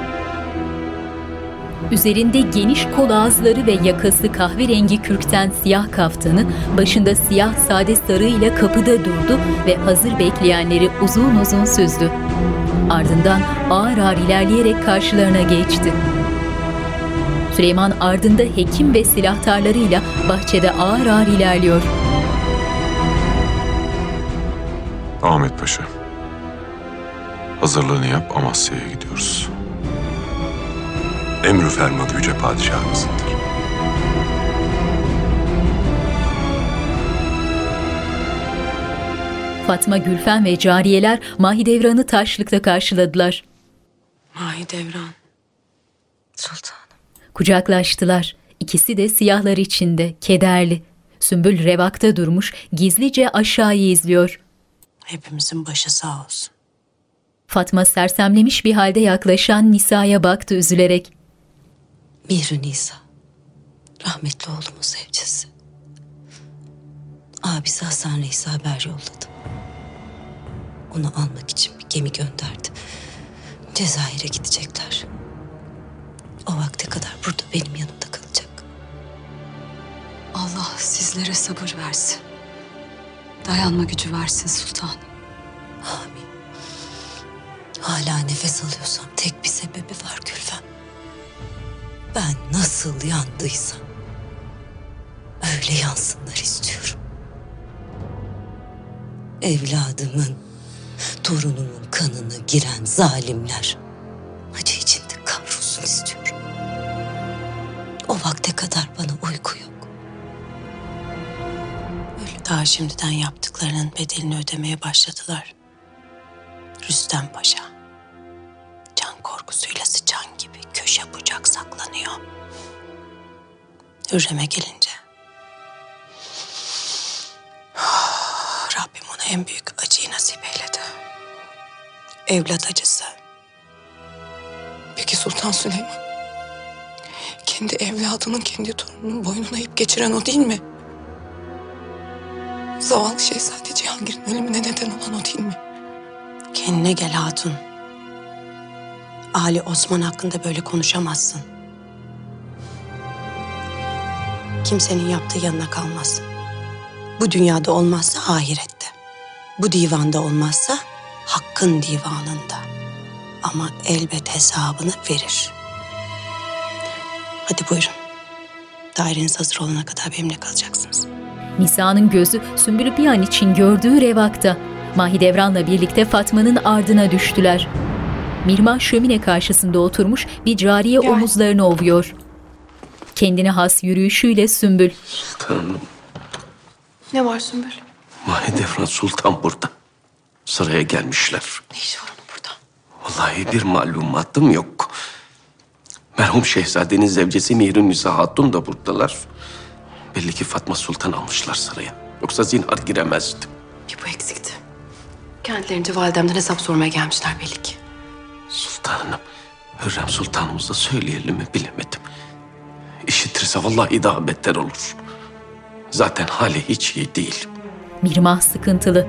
Üzerinde geniş kol ağızları ve yakası kahverengi kürkten siyah kaftanı, başında siyah sade sarı ile kapıda durdu ve hazır bekleyenleri uzun uzun süzdü. Ardından ağır ağır ilerleyerek karşılarına geçti. Süleyman ardında hekim ve silahtarlarıyla bahçede ağır ağır ilerliyor. Ahmet Paşa, hazırlığını yap, Amasya'ya gidiyoruz. Emrü fermanı yüce padişahımızındır. Fatma, Gülfem ve cariyeler Mahidevran'ı taşlıkta karşıladılar. Mahidevran, sultanım. Kucaklaştılar. İkisi de siyahlar içinde, kederli. Sümbül revakta durmuş, gizlice aşağıyı izliyor. Hepimizin başı sağ olsun. Fatma sersemlemiş bir halde yaklaşan Nisa'ya baktı üzülerek. Mihri Nisa, rahmetli oğlumun sevgisi. Abisi Hasan Reis'e haber yolladı. Onu almak için bir gemi gönderdi. Cezayir'e gidecekler. O vakte kadar burada benim yanımda kalacak. Allah sizlere sabır versin. Dayanma gücü versin sultanım. Amin. Hala nefes alıyorsam tek bir sebebi var Gülfem. Ben nasıl yandıysam öyle yansınlar istiyorum. Evladımın, torunumun kanını giren zalimler acı içinde kavrulsun istiyorum. O vakte kadar bana uyku yok. Öyle daha şimdiden yaptıklarının bedelini ödemeye başladılar. Rüstem Paşa, can korkusuyla sıçan gibi köşe bucak saklanıyor. Hürrem'e gelince Rabbim ona en büyük acıyı nasip eyledi. Evlat acısı. Peki Sultan Süleyman, kendi evladının, kendi torununun boynuna ip geçiren o değil mi? Zavallı Şehzade Cihangir'in ölümüne neden olan o değil mi? Kendine gel hatun. Ali Osman hakkında böyle konuşamazsın. Kimsenin yaptığı yanına kalmaz. Bu dünyada olmazsa ahirette. Bu divanda olmazsa Hakk'ın divanında. Ama elbet hesabını verir. Hadi buyurun. Daireniz hazır olana kadar benimle kalacaksınız. Nisa'nın gözü Sümbül'ü bir an için gördüğü revakta. Mahidevran'la birlikte Fatma'nın ardına düştüler. Mihrimah şömine karşısında oturmuş bir cariye Gel. omuzlarını ovuyor. Kendine has yürüyüşüyle Sümbül. Sultanım. Ne var Sümbül? Mahidevran Sultan burada. Sıraya gelmişler. Ne işi var onun burada? Vallahi bir malumatım yok. Merhum Şehzadenin zevcesi Mihri Nisa Hatun da buradalar. Belli ki Fatma Sultan almışlar saraya. Yoksa zinhar giremezdi. Bir bu eksikti. Kendilerince validemden hesap sormaya gelmişler belli ki. Sultanım, Hürrem Sultanımıza söyleyelim mi bilemedim. İşitirse vallahi daha beter olur. Zaten hali hiç iyi değil. Mihrimah sıkıntılı.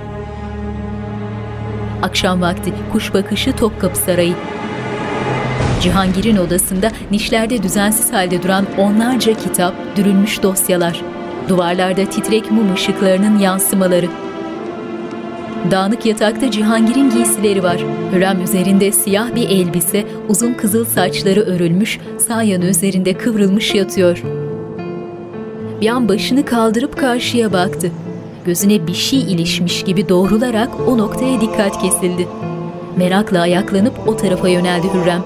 Akşam vakti kuş bakışı Topkapı Sarayı. Cihangir'in odasında nişlerde düzensiz halde duran onlarca kitap, dürülmüş dosyalar. Duvarlarda titrek mum ışıklarının yansımaları. Dağınık yatakta Cihangir'in giysileri var. Hürrem üzerinde siyah bir elbise, uzun kızıl saçları örülmüş, sağ yanı üzerinde kıvrılmış yatıyor. Bir an başını kaldırıp karşıya baktı. Gözüne bir şey ilişmiş gibi doğrularak o noktaya dikkat kesildi. Merakla ayaklanıp o tarafa yöneldi Hürrem.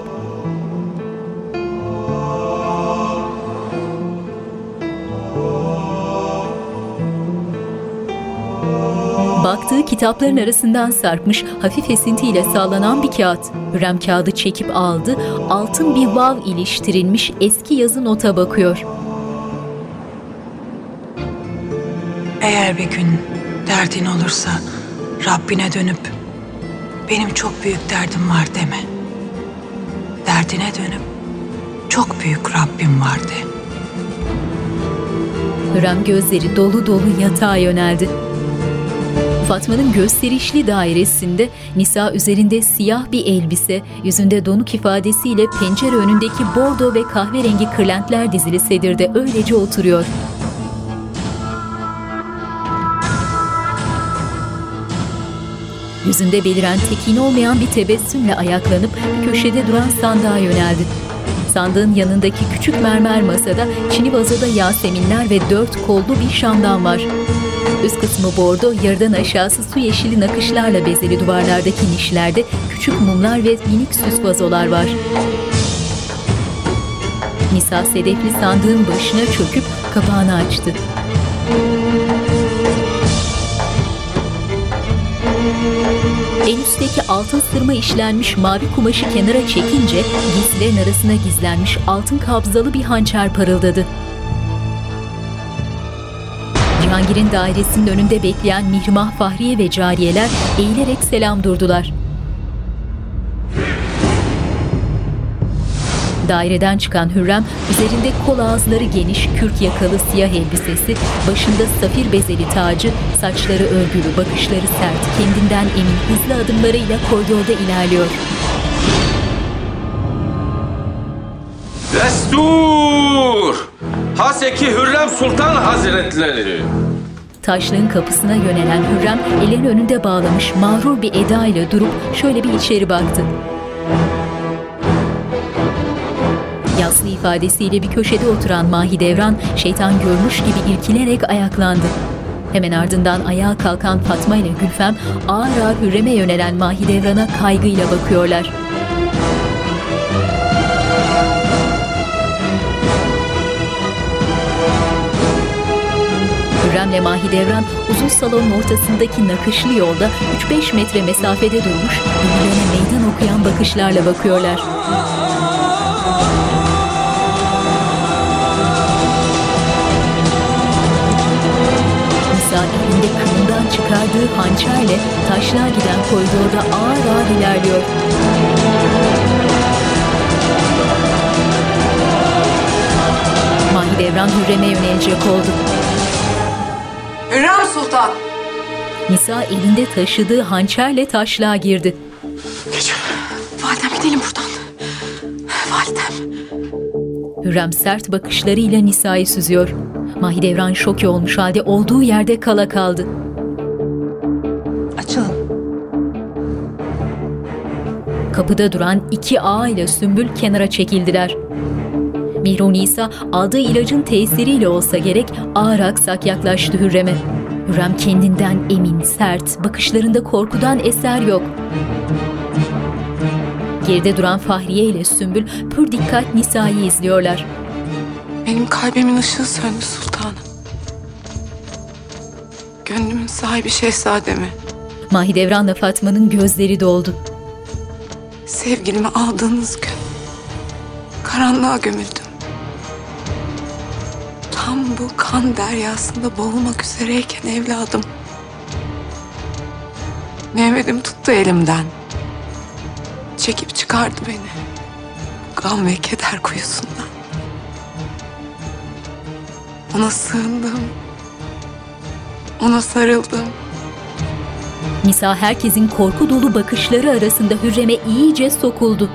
Baktığı kitapların arasından sarkmış, hafif esintiyle sallanan bir kağıt. Hürrem kağıdı çekip aldı, altın bir vav iliştirilmiş eski yazı nota bakıyor. Eğer bir gün derdin olursa Rabbine dönüp benim çok büyük derdim var deme. Derdine dönüp çok büyük Rabbim var de. Hürrem gözleri dolu dolu yatağa yöneldi. Fatma'nın gösterişli dairesinde Nisa üzerinde siyah bir elbise, yüzünde donuk ifadesiyle pencere önündeki bordo ve kahverengi kırlentler dizili sedirde öylece oturuyor. Yüzünde beliren tekin olmayan bir tebessümle ayaklanıp köşede duran sandığa yöneldi. Sandığın yanındaki küçük mermer masada çini vazoda yaseminler ve dört kollu bir şamdan var. Üst kısmı bordo, yarıdan aşağısı su yeşili nakışlarla bezeli duvarlardaki nişlerde küçük mumlar ve minik süs vazolar var. Nisa sedefli sandığın başına çöküp kapağını açtı. En üstteki altın sırma işlenmiş mavi kumaşı kenara çekince giysilerin arasına gizlenmiş altın kabzalı bir hançer parıldadı. Cihangir'in dairesinin önünde bekleyen Mihrimah, Fahriye ve cariyeler eğilerek selam durdular. Daireden çıkan Hürrem, üzerinde kol ağızları geniş, kürk yakalı siyah elbisesi, başında safir bezeli tacı, saçları örgülü, bakışları sert, kendinden emin hızlı adımlarıyla koridorda ilerliyor. Destur! Haseki Hürrem Sultan Hazretleri! Taşlığın kapısına yönelen Hürrem, ellerini önünde bağlamış mağrur bir edayla durup şöyle bir içeri baktı. Yaslı ifadesiyle bir köşede oturan Mahidevran, şeytan görmüş gibi irkilerek ayaklandı. Hemen ardından ayağa kalkan Fatma ile Gülfem, ağır ağır Hürrem'e yönelen Mahidevran'a kaygıyla bakıyorlar. Hürrem'le Mahidevran uzun salonun ortasındaki nakışlı yolda üç beş metre mesafede durmuş, birbirlerine meydan okuyan bakışlarla bakıyorlar. Nisa elinde kılından çıkardığı hançerle taşlığa giden koridorda ağır ağır ilerliyor. Mahidevran Hürrem'e yönelecek oldu. Hürrem Sultan! Nisa elinde taşıdığı hançerle taşlığa girdi. Geç. Validem gidelim buradan. Validem. Hürrem sert bakışlarıyla Nisa'yı süzüyor. Mahidevran şok olmuş halde olduğu yerde kala kaldı. Açılın. Kapıda duran iki ağa ile Sümbül kenara çekildiler. Mihru Nisa aldığı ilacın tesiriyle olsa gerek ağır aksak yaklaştı Hürrem'e. Hürrem kendinden emin, sert, bakışlarında korkudan eser yok. Geride duran Fahriye ile Sümbül pür dikkat Nisa'yı izliyorlar. Benim kalbimin ışığı söndü sultanım. Gönlümün sahibi şehzademi. Mahidevran'la Fatma'nın gözleri doldu. Sevgilimi aldığınız gün karanlığa gömüldüm. Ta Tam bu kan deryasında boğulmak üzereyken evladım, Mehmet'im tuttu elimden. Çekip çıkardı beni. Gam ve keder kuyusundan. Ona sığındım. Ona sarıldım. Nisa herkesin korku dolu bakışları arasında Hürrem'e iyice sokuldu.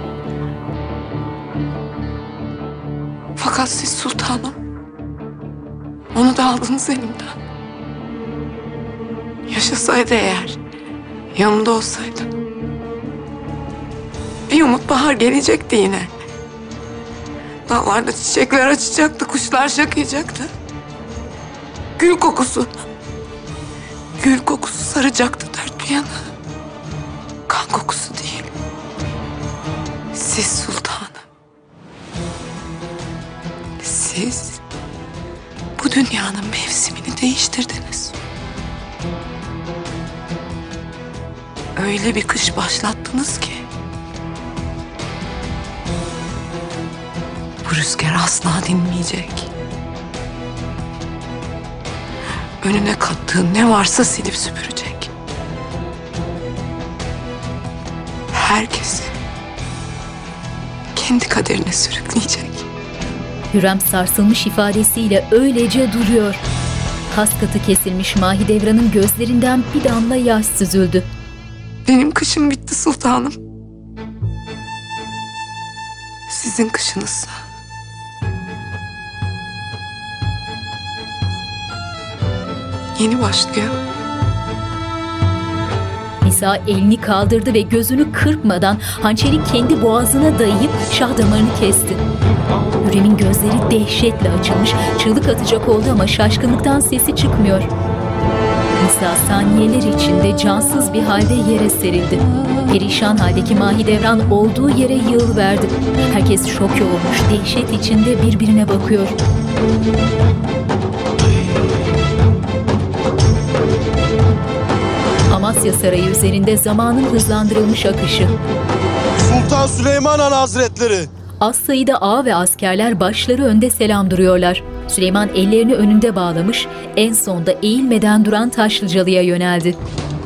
Fakat siz sultanım, onu da aldınız elimden. Yaşasaydı eğer, yanımda olsaydı, bir umut bahar gelecekti yine. Dağlarda çiçekler açacaktı, kuşlar şakıyacaktı. Gül kokusu, gül kokusu saracaktı dört bir yana. Kan kokusu değil. Siz sultanım. Siz bu dünyanın mevsimini değiştirdiniz. Öyle bir kış başlattınız ki bu rüzgar asla dinmeyecek. Önüne kattığın ne varsa silip süpürecek. Herkesi kendi kaderine sürükleyecek. Hürrem sarsılmış ifadesiyle öylece duruyor. Kas katı kesilmiş Mahidevran'ın gözlerinden bir damla yaş süzüldü. Benim kışım bitti sultanım. Sizin kışınızsa yeni başlıyor. Nisa elini kaldırdı ve gözünü kırpmadan hançeri kendi boğazına dayayıp şah damarını kesti. Hürrem'in gözleri dehşetle açılmış, çığlık atacak oldu ama şaşkınlıktan sesi çıkmıyor. Nisa saniyeler içinde cansız bir halde yere serildi. Perişan haldeki Mahidevran olduğu yere yığılıverdi. Herkes şok olmuş, dehşet içinde birbirine bakıyor. Amasya Sarayı üzerinde zamanın hızlandırılmış akışı. Sultan Süleyman Han Hazretleri! Az sayıda ağa ve askerler başları önde selam duruyorlar. Süleyman ellerini önünde bağlamış, en sonda eğilmeden duran Taşlıcalı'ya yöneldi.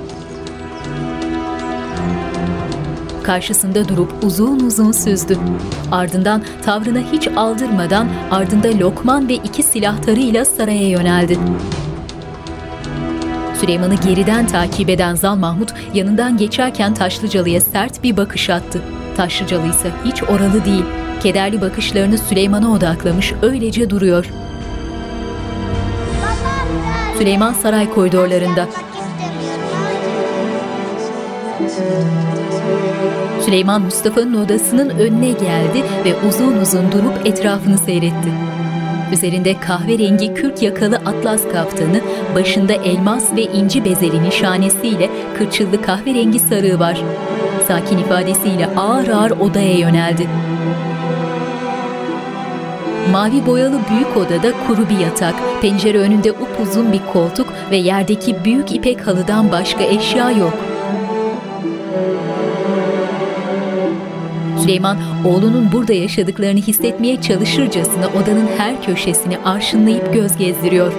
Karşısında durup uzun uzun süzdü. Ardından tavrına hiç aldırmadan ardında lokman ve iki silahtarıyla saraya yöneldi. Süleyman'ı geriden takip eden Zal Mahmut yanından geçerken Taşlıcalı'ya sert bir bakış attı. Taşlıcalı ise hiç oralı değil. Kederli bakışlarını Süleyman'a odaklamış, öylece duruyor. Süleyman saray koridorlarında. Süleyman Mustafa'nın odasının önüne geldi ve uzun uzun durup etrafını seyretti. Üzerinde kahverengi kürk yakalı atlas kaftanı, başında elmas ve inci bezeli nişanesiyle kırçıllı kahverengi sarığı var. Sakin ifadesiyle ağır ağır odaya yöneldi. Mavi boyalı büyük odada kuru bir yatak, pencere önünde upuzun bir koltuk ve yerdeki büyük ipek halıdan başka eşya yok. Süleyman, oğlunun burada yaşadıklarını hissetmeye çalışırcasına odanın her köşesini arşınlayıp göz gezdiriyor.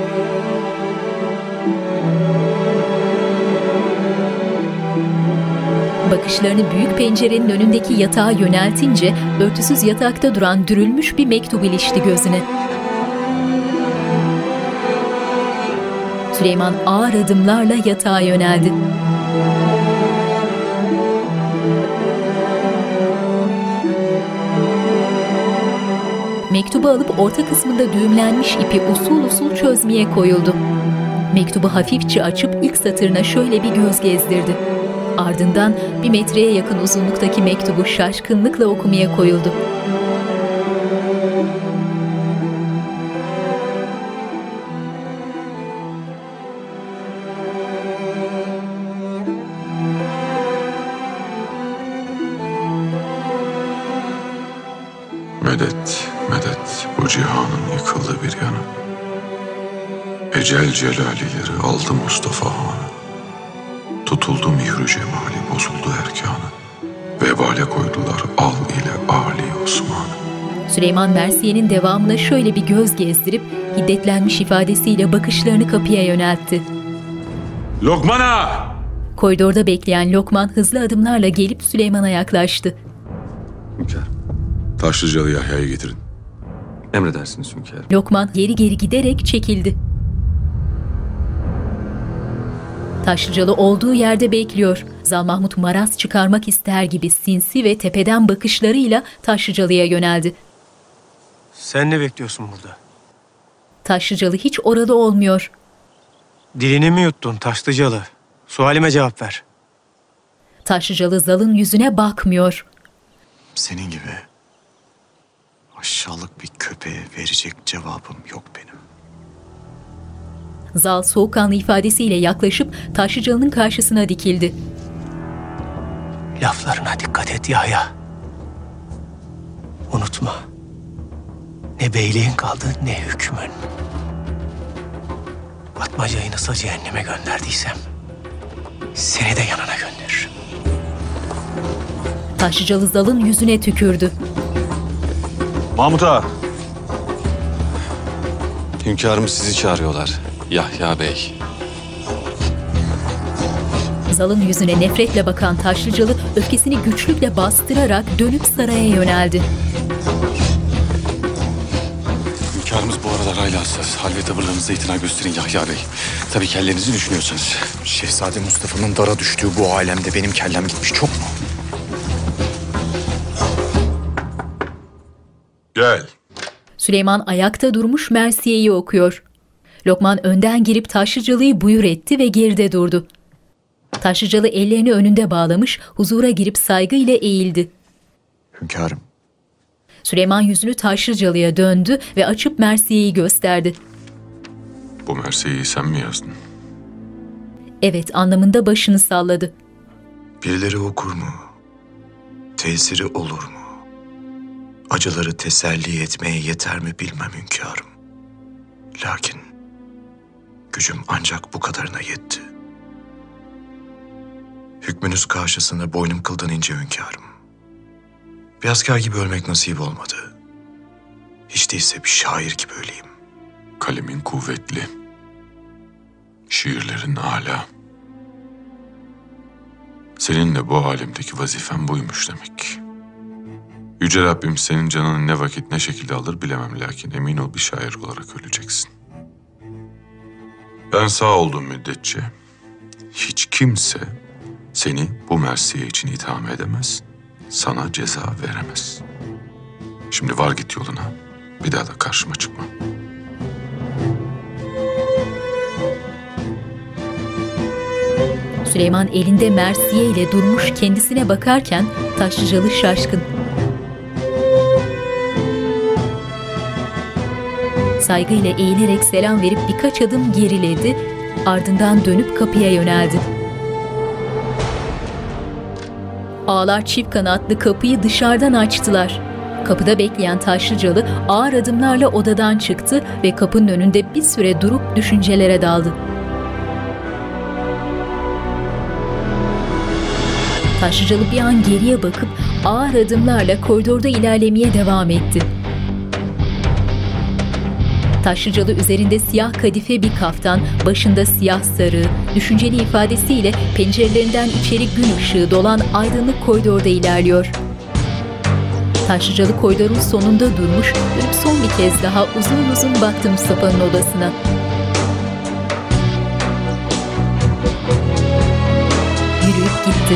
Bakışlarını büyük pencerenin önündeki yatağa yöneltince örtüsüz yatakta duran dürülmüş bir mektup ilişti gözüne. Süleyman ağır adımlarla yatağa yöneldi. Mektubu alıp orta kısmında düğümlenmiş ipi usul usul çözmeye koyuldu. Mektubu hafifçe açıp ilk satırına şöyle bir göz gezdirdi. Ardından bir metreye yakın uzunluktaki mektubu şaşkınlıkla okumaya koyuldu. Medet, medet bu cihanın yıkıldı bir yanı. Ecel celalileri aldı Mustafa Han'ı. Tutuldu mihru cemali, bozuldu erkanı. Vebale koydular al ile Ali Osman'ı. Süleyman Mersiye'nin devamına şöyle bir göz gezdirip hiddetlenmiş ifadesiyle bakışlarını kapıya yöneltti. Lokman'a! Koridorda bekleyen Lokman hızlı adımlarla gelip Süleyman'a yaklaştı. Hünkârım. Taşlıcalı Yahya'yı getirin. Emredersiniz hünkârım. Lokman geri geri giderek çekildi. Taşlıcalı olduğu yerde bekliyor. Zal Mahmut maraz çıkarmak ister gibi sinsi ve tepeden bakışlarıyla Taşlıcalı'ya yöneldi. Sen ne bekliyorsun burada? Taşlıcalı hiç oralı olmuyor. Dilini mi yuttun Taşlıcalı? Sualime cevap ver. Taşlıcalı Zal'ın yüzüne bakmıyor. Senin gibi aşağılık bir köpeğe verecek cevabım yok benim. Zal soğukkanlı ifadesiyle yaklaşıp Taşlıcalı'nın karşısına dikildi. Laflarına dikkat et Yahya. Unutma. Ne beyliğin kaldı ne hükmün. Atmacayı nasıl cehenneme gönderdiysem seni de yanına gönderirim. Taşlıcalı Zal'ın yüzüne tükürdü. Mahmut Ağa. Hünkârımız sizi çağırıyorlar. Yahya Bey. Zal'ın yüzüne nefretle bakan Taşlıcalı öfkesini güçlükle bastırarak dönüp saraya yöneldi. Hünkârımız bu aralar hayli hassas. Hal ve tavırlarınızda itina gösterin Yahya Bey. Tabii kellenizi düşünüyorsanız. Şehzade Mustafa'nın dara düştüğü bu alemde benim kellem gitmiş çok mu? Gel. Süleyman ayakta durmuş Mersiye'yi okuyor. Lokman önden girip Taşlıcalı'yı buyur etti ve geride durdu. Taşlıcalı ellerini önünde bağlamış, huzura girip saygıyla eğildi. Hünkârım. Süleyman yüzünü Taşlıcalı'ya döndü ve açıp Mersiye'yi gösterdi. Bu Mersiye'yi sen mi yazdın? Evet anlamında başını salladı. Birileri okur mu? Tesiri olur mu? Acıları teselli etmeye yeter mi bilmem hünkârım. Lakin gücüm ancak bu kadarına yetti. Hükmünüz karşısında boynum kıldan ince hünkârım. Bir asker gibi ölmek nasip olmadı. Hiç değilse bir şair gibi öleyim. Kalemin kuvvetli. Şiirlerin âlâ. Senin de bu alemdeki vazifen buymuş demek. Yüce Rabbim senin canını ne vakit ne şekilde alır bilemem, lakin emin ol bir şair olarak öleceksin. Ben sağ olduğum müddetçe hiç kimse seni bu Mersiye için itham edemez, sana ceza veremez. Şimdi var git yoluna, bir daha da karşıma çıkma. Süleyman elinde Mersiye ile durmuş kendisine bakarken Taşlıcalı şaşkın. Saygıyla eğilerek selam verip birkaç adım geriledi, ardından dönüp kapıya yöneldi. Ağlar çift kanatlı kapıyı dışarıdan açtılar. Kapıda bekleyen Taşlıcalı ağır adımlarla odadan çıktı ve kapının önünde bir süre durup düşüncelere daldı. Taşlıcalı bir an geriye bakıp ağır adımlarla koridorda ilerlemeye devam etti. Taşlıcalı üzerinde siyah kadife bir kaftan, başında siyah sarığı, düşünceli ifadesiyle pencerelerinden içeri gün ışığı dolan aydınlık koridorda ilerliyor. Taşlıcalı koridorun sonunda durmuş, dönüp son bir kez daha uzun uzun baktı Mustafa'nın odasına. Yürüyüp gitti.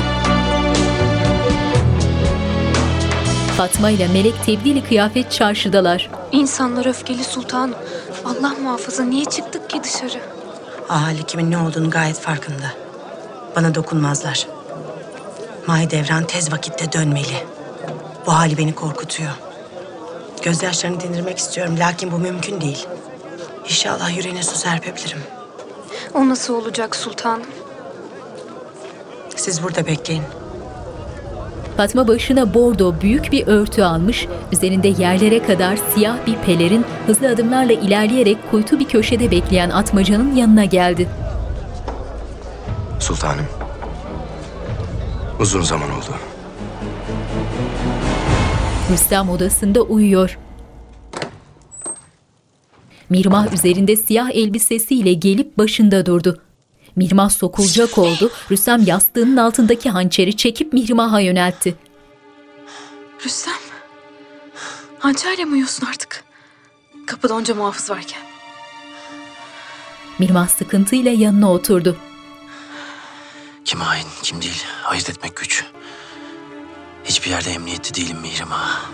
Fatma ile Melek tebdili kıyafet çarşıdalar. İnsanlar öfkeli sultanım. Allah muhafaza niye çıktık ki dışarı? Ahali kimin ne olduğunu gayet farkında. Bana dokunmazlar. Mahidevran tez vakitte dönmeli. Bu hali beni korkutuyor. Gözyaşlarını dindirmek istiyorum, lakin bu mümkün değil. İnşallah yüreğine su serpebilirim. O nasıl olacak sultanım? Siz burada bekleyin. Fatma başına bordo büyük bir örtü almış, üzerinde yerlere kadar siyah bir pelerin hızlı adımlarla ilerleyerek kuytu bir köşede bekleyen Atmaca'nın yanına geldi. Sultanım, uzun zaman oldu. Rüstem odasında uyuyor. Mihrimah üzerinde siyah elbisesiyle gelip başında durdu. Mihrimah sokulacak oldu. Rüstem yastığının altındaki hançeri çekip Mihrimah'a yöneltti. Rüstem, hançerle mi uyuyorsun artık? Kapıda onca muhafız varken. Mihrimah sıkıntıyla yanına oturdu. Kim hain, kim değil ayırt etmek güç. Hiçbir yerde emniyette değilim Mihrimah.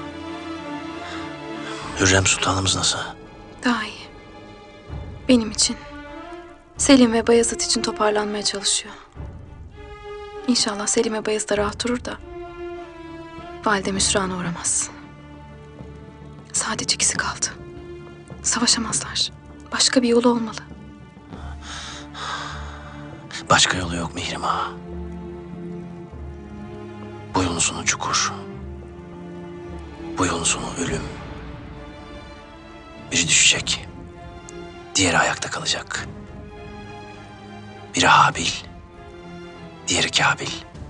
Hürrem Sultanımız nasıl? Daha iyi. Benim için, Selim ve Bayezid için toparlanmaya çalışıyor. İnşallah Selim ve Bayezid de rahat durur da validem hüsrana uğramaz. Sadece ikisi kaldı. Savaşamazlar. Başka bir yolu olmalı. Başka yolu yok Mihrimah. Bu yolun sonu çukur. Bu yolun sonu ölüm. Biri düşecek. Diğeri ayakta kalacak. Biri Habil. Diğeri Kabil.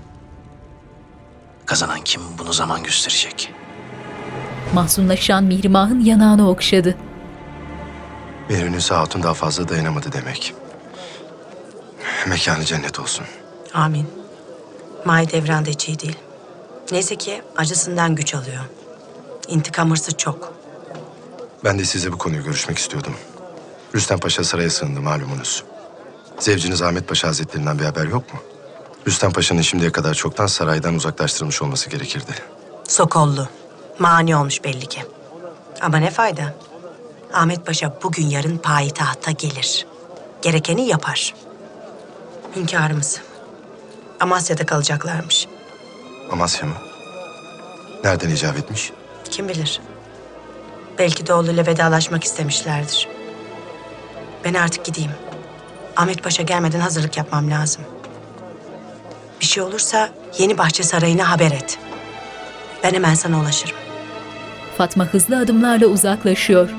Kazanan kim bunu zaman gösterecek. Mahzunlaşan Mihrimah'ın yanağını okşadı. Berünüs Hatun daha fazla dayanamadı demek. Mekanı cennet olsun. Amin. Mahidevran da hiç iyi değil. Neyse ki acısından güç alıyor. İntikam hırsı çok. Ben de size bu konuyu görüşmek istiyordum. Rüstem Paşa saraya sığındı malumunuz. Zevciniz Ahmet Paşa Hazretlerinden bir haber yok mu? Rüstem Paşa'nın şimdiye kadar çoktan saraydan uzaklaştırılmış olması gerekirdi. Sokollu. Mani olmuş belli ki. Ama ne fayda? Ahmet Paşa bugün yarın payitahta gelir. Gerekeni yapar. Hünkârımız. Amasya'da kalacaklarmış. Amasya mı? Nereden icap etmiş? Kim bilir? Belki de oğluyla vedalaşmak istemişlerdir. Ben artık gideyim. Ahmet Paşa gelmeden hazırlık yapmam lazım. Bir şey olursa Yeni Bahçe Sarayı'na haber et. Ben hemen sana ulaşırım. Fatma hızlı adımlarla uzaklaşıyor.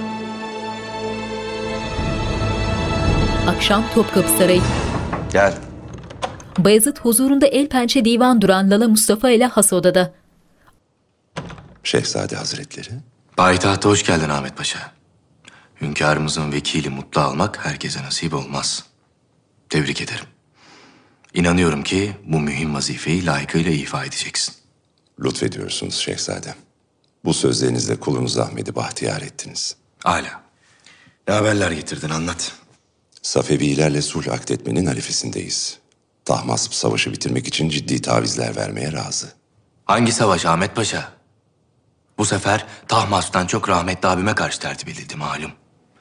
Akşam Topkapı Sarayı. Gel. Bayezid huzurunda el pençe divan duran Lala Mustafa ile has odada. Şehzade Hazretleri. Payitahta hoş geldin Ahmet Paşa. Hünkârımızın vekili mutlu almak herkese nasip olmaz. Tebrik ederim. İnanıyorum ki bu mühim vazifeyi layıkıyla ifa edeceksin. Lütfediyorsunuz şehzadem. Bu sözlerinizle kulunuz Ahmet'i bahtiyar ettiniz. Âlâ. Ne haberler getirdin anlat. Safevilerle sulh akdetmenin arifesindeyiz. Tahmasp savaşı bitirmek için ciddi tavizler vermeye razı. Hangi savaş Ahmet Paşa? Bu sefer Tahmasp'tan çok rahmetli abime karşı tertip edildi malum.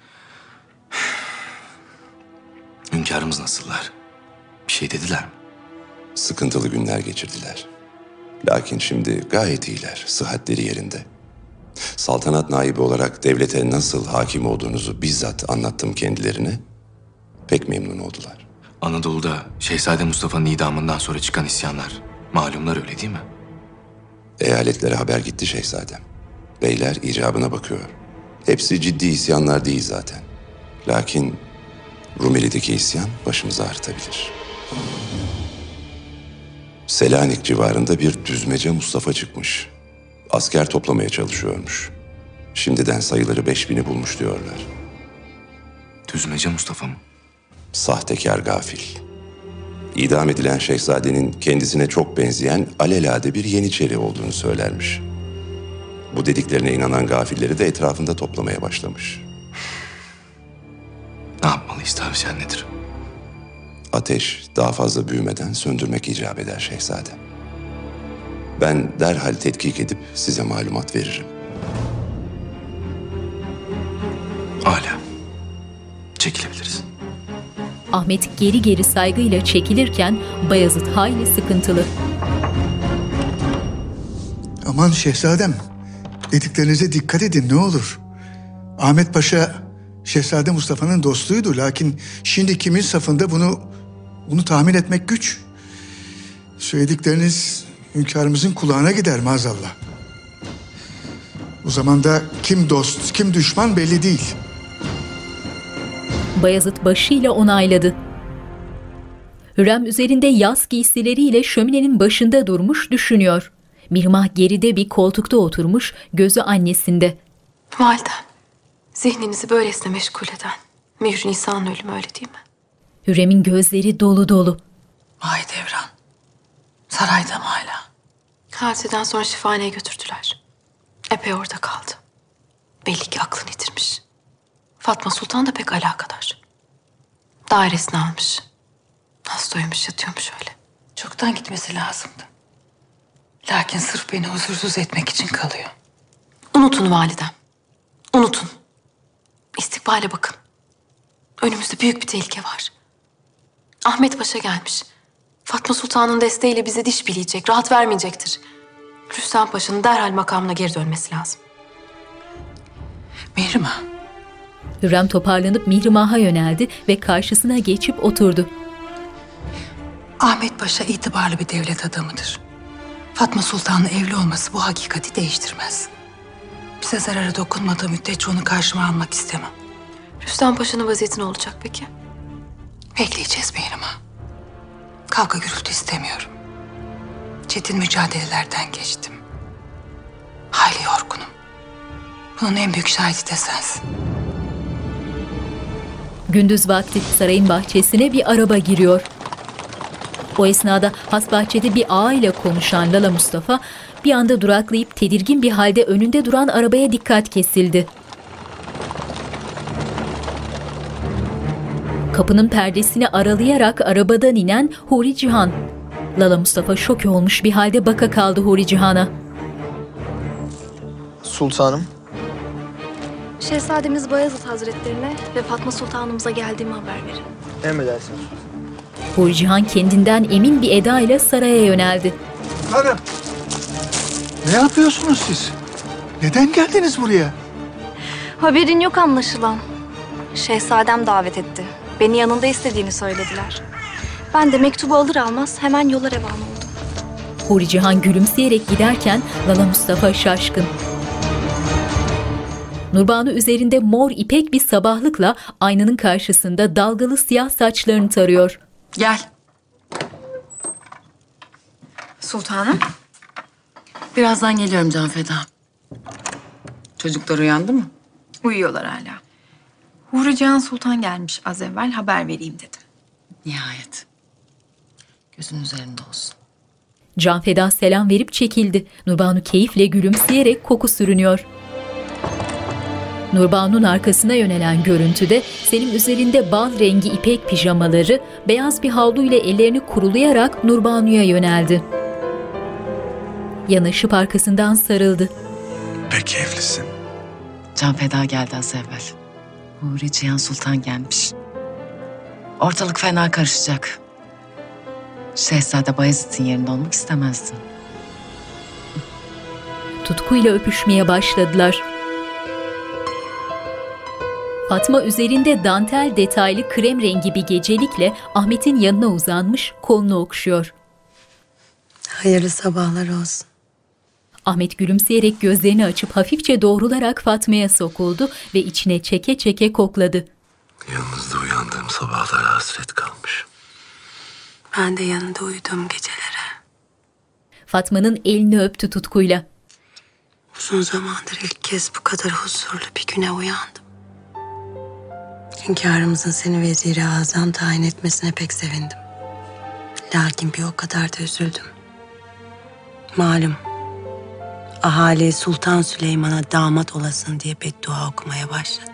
Hünkârımız nasıllar? Bir şey dediler mi? Sıkıntılı günler geçirdiler. Lakin şimdi gayet iyiler, sıhhatleri yerinde. Saltanat naibi olarak devlete nasıl hakim olduğunuzu bizzat anlattım kendilerine. Pek memnun oldular. Anadolu'da Şehzade Mustafa'nın idamından sonra çıkan isyanlar, malumlar öyle değil mi? Eyaletlere haber gitti şehzadem. Beyler icabına bakıyor. Hepsi ciddi isyanlar değil zaten. Lakin Rumeli'deki isyan başımızı ağrıtabilir. Selanik civarında bir düzmece Mustafa çıkmış. Asker toplamaya çalışıyormuş. Şimdiden sayıları beş bini bulmuş diyorlar. Düzmece Mustafa mı? Sahtekar gafil. İdam edilen şehzadenin kendisine çok benzeyen alelade bir yeniçeri olduğunu söylermiş. Bu dediklerine inanan gafilleri de etrafında toplamaya başlamış. Ne yapmalıyız tavsiyen nedir? Ateş daha fazla büyümeden söndürmek icap eder şehzade. Ben derhal tetkik edip size malumat veririm. Âlâ. Çekilebiliriz. Ahmet geri geri saygıyla çekilirken Bayezid hayli sıkıntılı. Aman şehzadem, dediklerinize dikkat edin ne olur. Ahmet Paşa Şehzade Mustafa'nın dostuydu. Lakin şimdi kimin safında bunu bunu tahmin etmek güç. Söyledikleriniz hünkârımızın kulağına gider maazallah. Bu zamanda kim dost, kim düşman belli değil. Bayezid başıyla onayladı. Hürrem üzerinde yaz giysileriyle şöminenin başında durmuş düşünüyor. Mihrimah geride bir koltukta oturmuş, gözü annesinde. Validem, zihninizi böylesine meşgul eden Mühür Nisa'nın ölümü öyle değil mi? Hürrem'in gözleri dolu dolu. Mahidevran, sarayda mı hala? Hadiseden sonra şifahaneye götürdüler. Epey orada kaldı. Belli ki aklını yitirmiş. Fatma Sultan da pek alakadar. Dairesini almış. Hasta uyumuş yatıyormuş öyle. Çoktan gitmesi lazımdı. Lakin sırf beni huzursuz etmek için kalıyor. Unutun validem. Unutun. İstikbale bakın. Önümüzde büyük bir tehlike var. Ahmet Paşa gelmiş. Fatma Sultan'ın desteğiyle bize diş bileyecek, rahat vermeyecektir. Rüstem Paşa'nın derhal makamına geri dönmesi lazım. Mihrimah. Hürrem toparlanıp Mihrimah'a yöneldi ve karşısına geçip oturdu. Ahmet Paşa itibarlı bir devlet adamıdır. Fatma Sultan'la evli olması bu hakikati değiştirmez. Bize zararı dokunmadığı müddetçe onu karşıma almak istemem. Rüstem Paşa'nın vaziyeti ne olacak peki? Bekleyeceğiz Mihrimah. Kavga gürültü istemiyorum. Çetin mücadelelerden geçtim. Hayli yorgunum. Bunun en büyük şahidi de sensin. Gündüz vakti sarayın bahçesine bir araba giriyor. O esnada has bahçede bir ağa ile konuşan Lala Mustafa bir anda duraklayıp tedirgin bir halde önünde duran arabaya dikkat kesildi. Kapının perdesini aralayarak arabadan inen Huri Cihan. Lala Mustafa şok olmuş bir halde baka kaldı Huri Cihan'a. Sultanım. Şehzademiz Bayezid Hazretlerine ve Fatma Sultanımıza geldiğimi haber verin. Emredersiniz. Huri Cihan kendinden emin bir eda ile saraya yöneldi. Hanım, ne yapıyorsunuz siz? Neden geldiniz buraya? Haberin yok anlaşılan. Şehzadem davet etti. Beni yanında istediğini söylediler. Ben de mektubu alır almaz hemen yola revan oldum. Huri Cihan gülümseyerek giderken Lala Mustafa şaşkın. Nurbanu üzerinde mor ipek bir sabahlıkla aynanın karşısında dalgalı siyah saçlarını tarıyor. Gel. Sultanım. Birazdan geliyorum Canfeda. Çocuklar uyandı mı? Uyuyorlar hala. Huri Cihan Sultan gelmiş az evvel, haber vereyim dedim. Nihayet. Gözün üzerinde olsun. Canfeda selam verip çekildi. Nurbanu keyifle gülümseyerek koku sürünüyor. Nurbanu'nun arkasına yönelen görüntüde senin üzerinde bal rengi ipek pijamaları beyaz bir havlu ile ellerini kurulayarak Nurbanu'ya yöneldi. Yanaşıp arkasından sarıldı. Peki evlisin. Canfeda geldi az evvel. Huri Cihan Sultan gelmiş. Ortalık fena karışacak. Şehzade Bayezid'in yerinde olmak istemezdin. Tutkuyla öpüşmeye başladılar. Fatma üzerinde dantel detaylı krem rengi bir gecelikle Ahmet'in yanına uzanmış, kolunu okşuyor. Hayırlı sabahlar olsun. Ahmet gülümseyerek gözlerini açıp hafifçe doğrularak Fatma'ya sokuldu ve içine çeke çeke kokladı. Yalnızda uyandığım sabahlara hasret kalmış. Ben de yanında uyuduğum gecelere. Fatma'nın elini öptü tutkuyla. Uzun zamandır ilk kez bu kadar huzurlu bir güne uyandım. Hünkârımızın seni vezir-i azam tayin etmesine pek sevindim. Lakin bir o kadar da üzüldüm. Malum, ahali Sultan Süleyman'a damat olasın diye beddua okumaya başladı.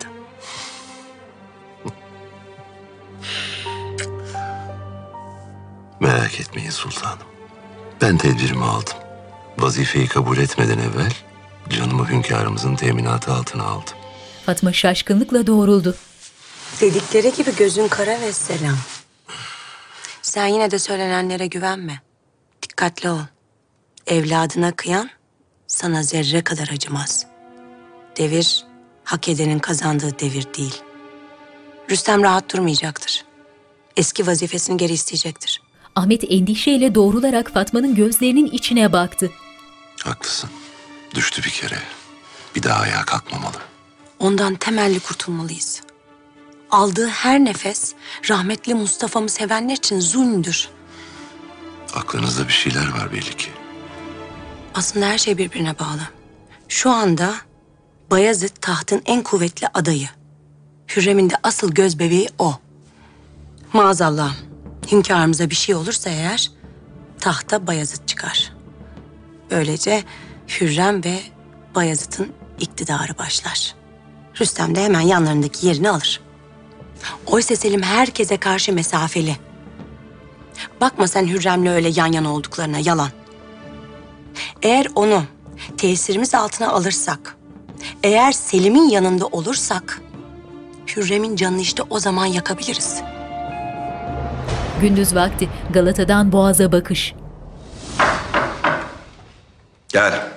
Merak etmeyin sultanım. Ben tedbirimi aldım. Vazifeyi kabul etmeden evvel canımı hünkârımızın teminatı altına aldım. Fatma şaşkınlıkla doğruldu. Dedikleri gibi gözün kara vesselam. Sen yine de söylenenlere güvenme. Dikkatli ol. Evladına kıyan sana zerre kadar acımaz. Devir, hak edenin kazandığı devir değil. Rüstem rahat durmayacaktır. Eski vazifesini geri isteyecektir. Ahmet endişeyle doğrularak Fatma'nın gözlerinin içine baktı. Haklısın. Düştü bir kere. Bir daha ayağa kalkmamalı. Ondan temelli kurtulmalıyız. Aldığı her nefes rahmetli Mustafa'mı sevenler için zulmdür. Aklınızda bir şeyler var belli ki. Aslında her şey birbirine bağlı. Şu anda Bayezid tahtın en kuvvetli adayı. Hürrem'in de asıl göz bebeği o. Maazallah hünkârımıza bir şey olursa eğer tahta Bayezid çıkar. Böylece Hürrem ve Bayezid'in iktidarı başlar. Rüstem de hemen yanlarındaki yerini alır. Oysa Selim herkese karşı mesafeli. Bakma sen Hürrem'le öyle yan yana olduklarına, yalan. Eğer onu tesirimiz altına alırsak, eğer Selim'in yanında olursak, Hürrem'in canını işte o zaman yakabiliriz. Gündüz vakti Galata'dan Boğaz'a bakış. Gel.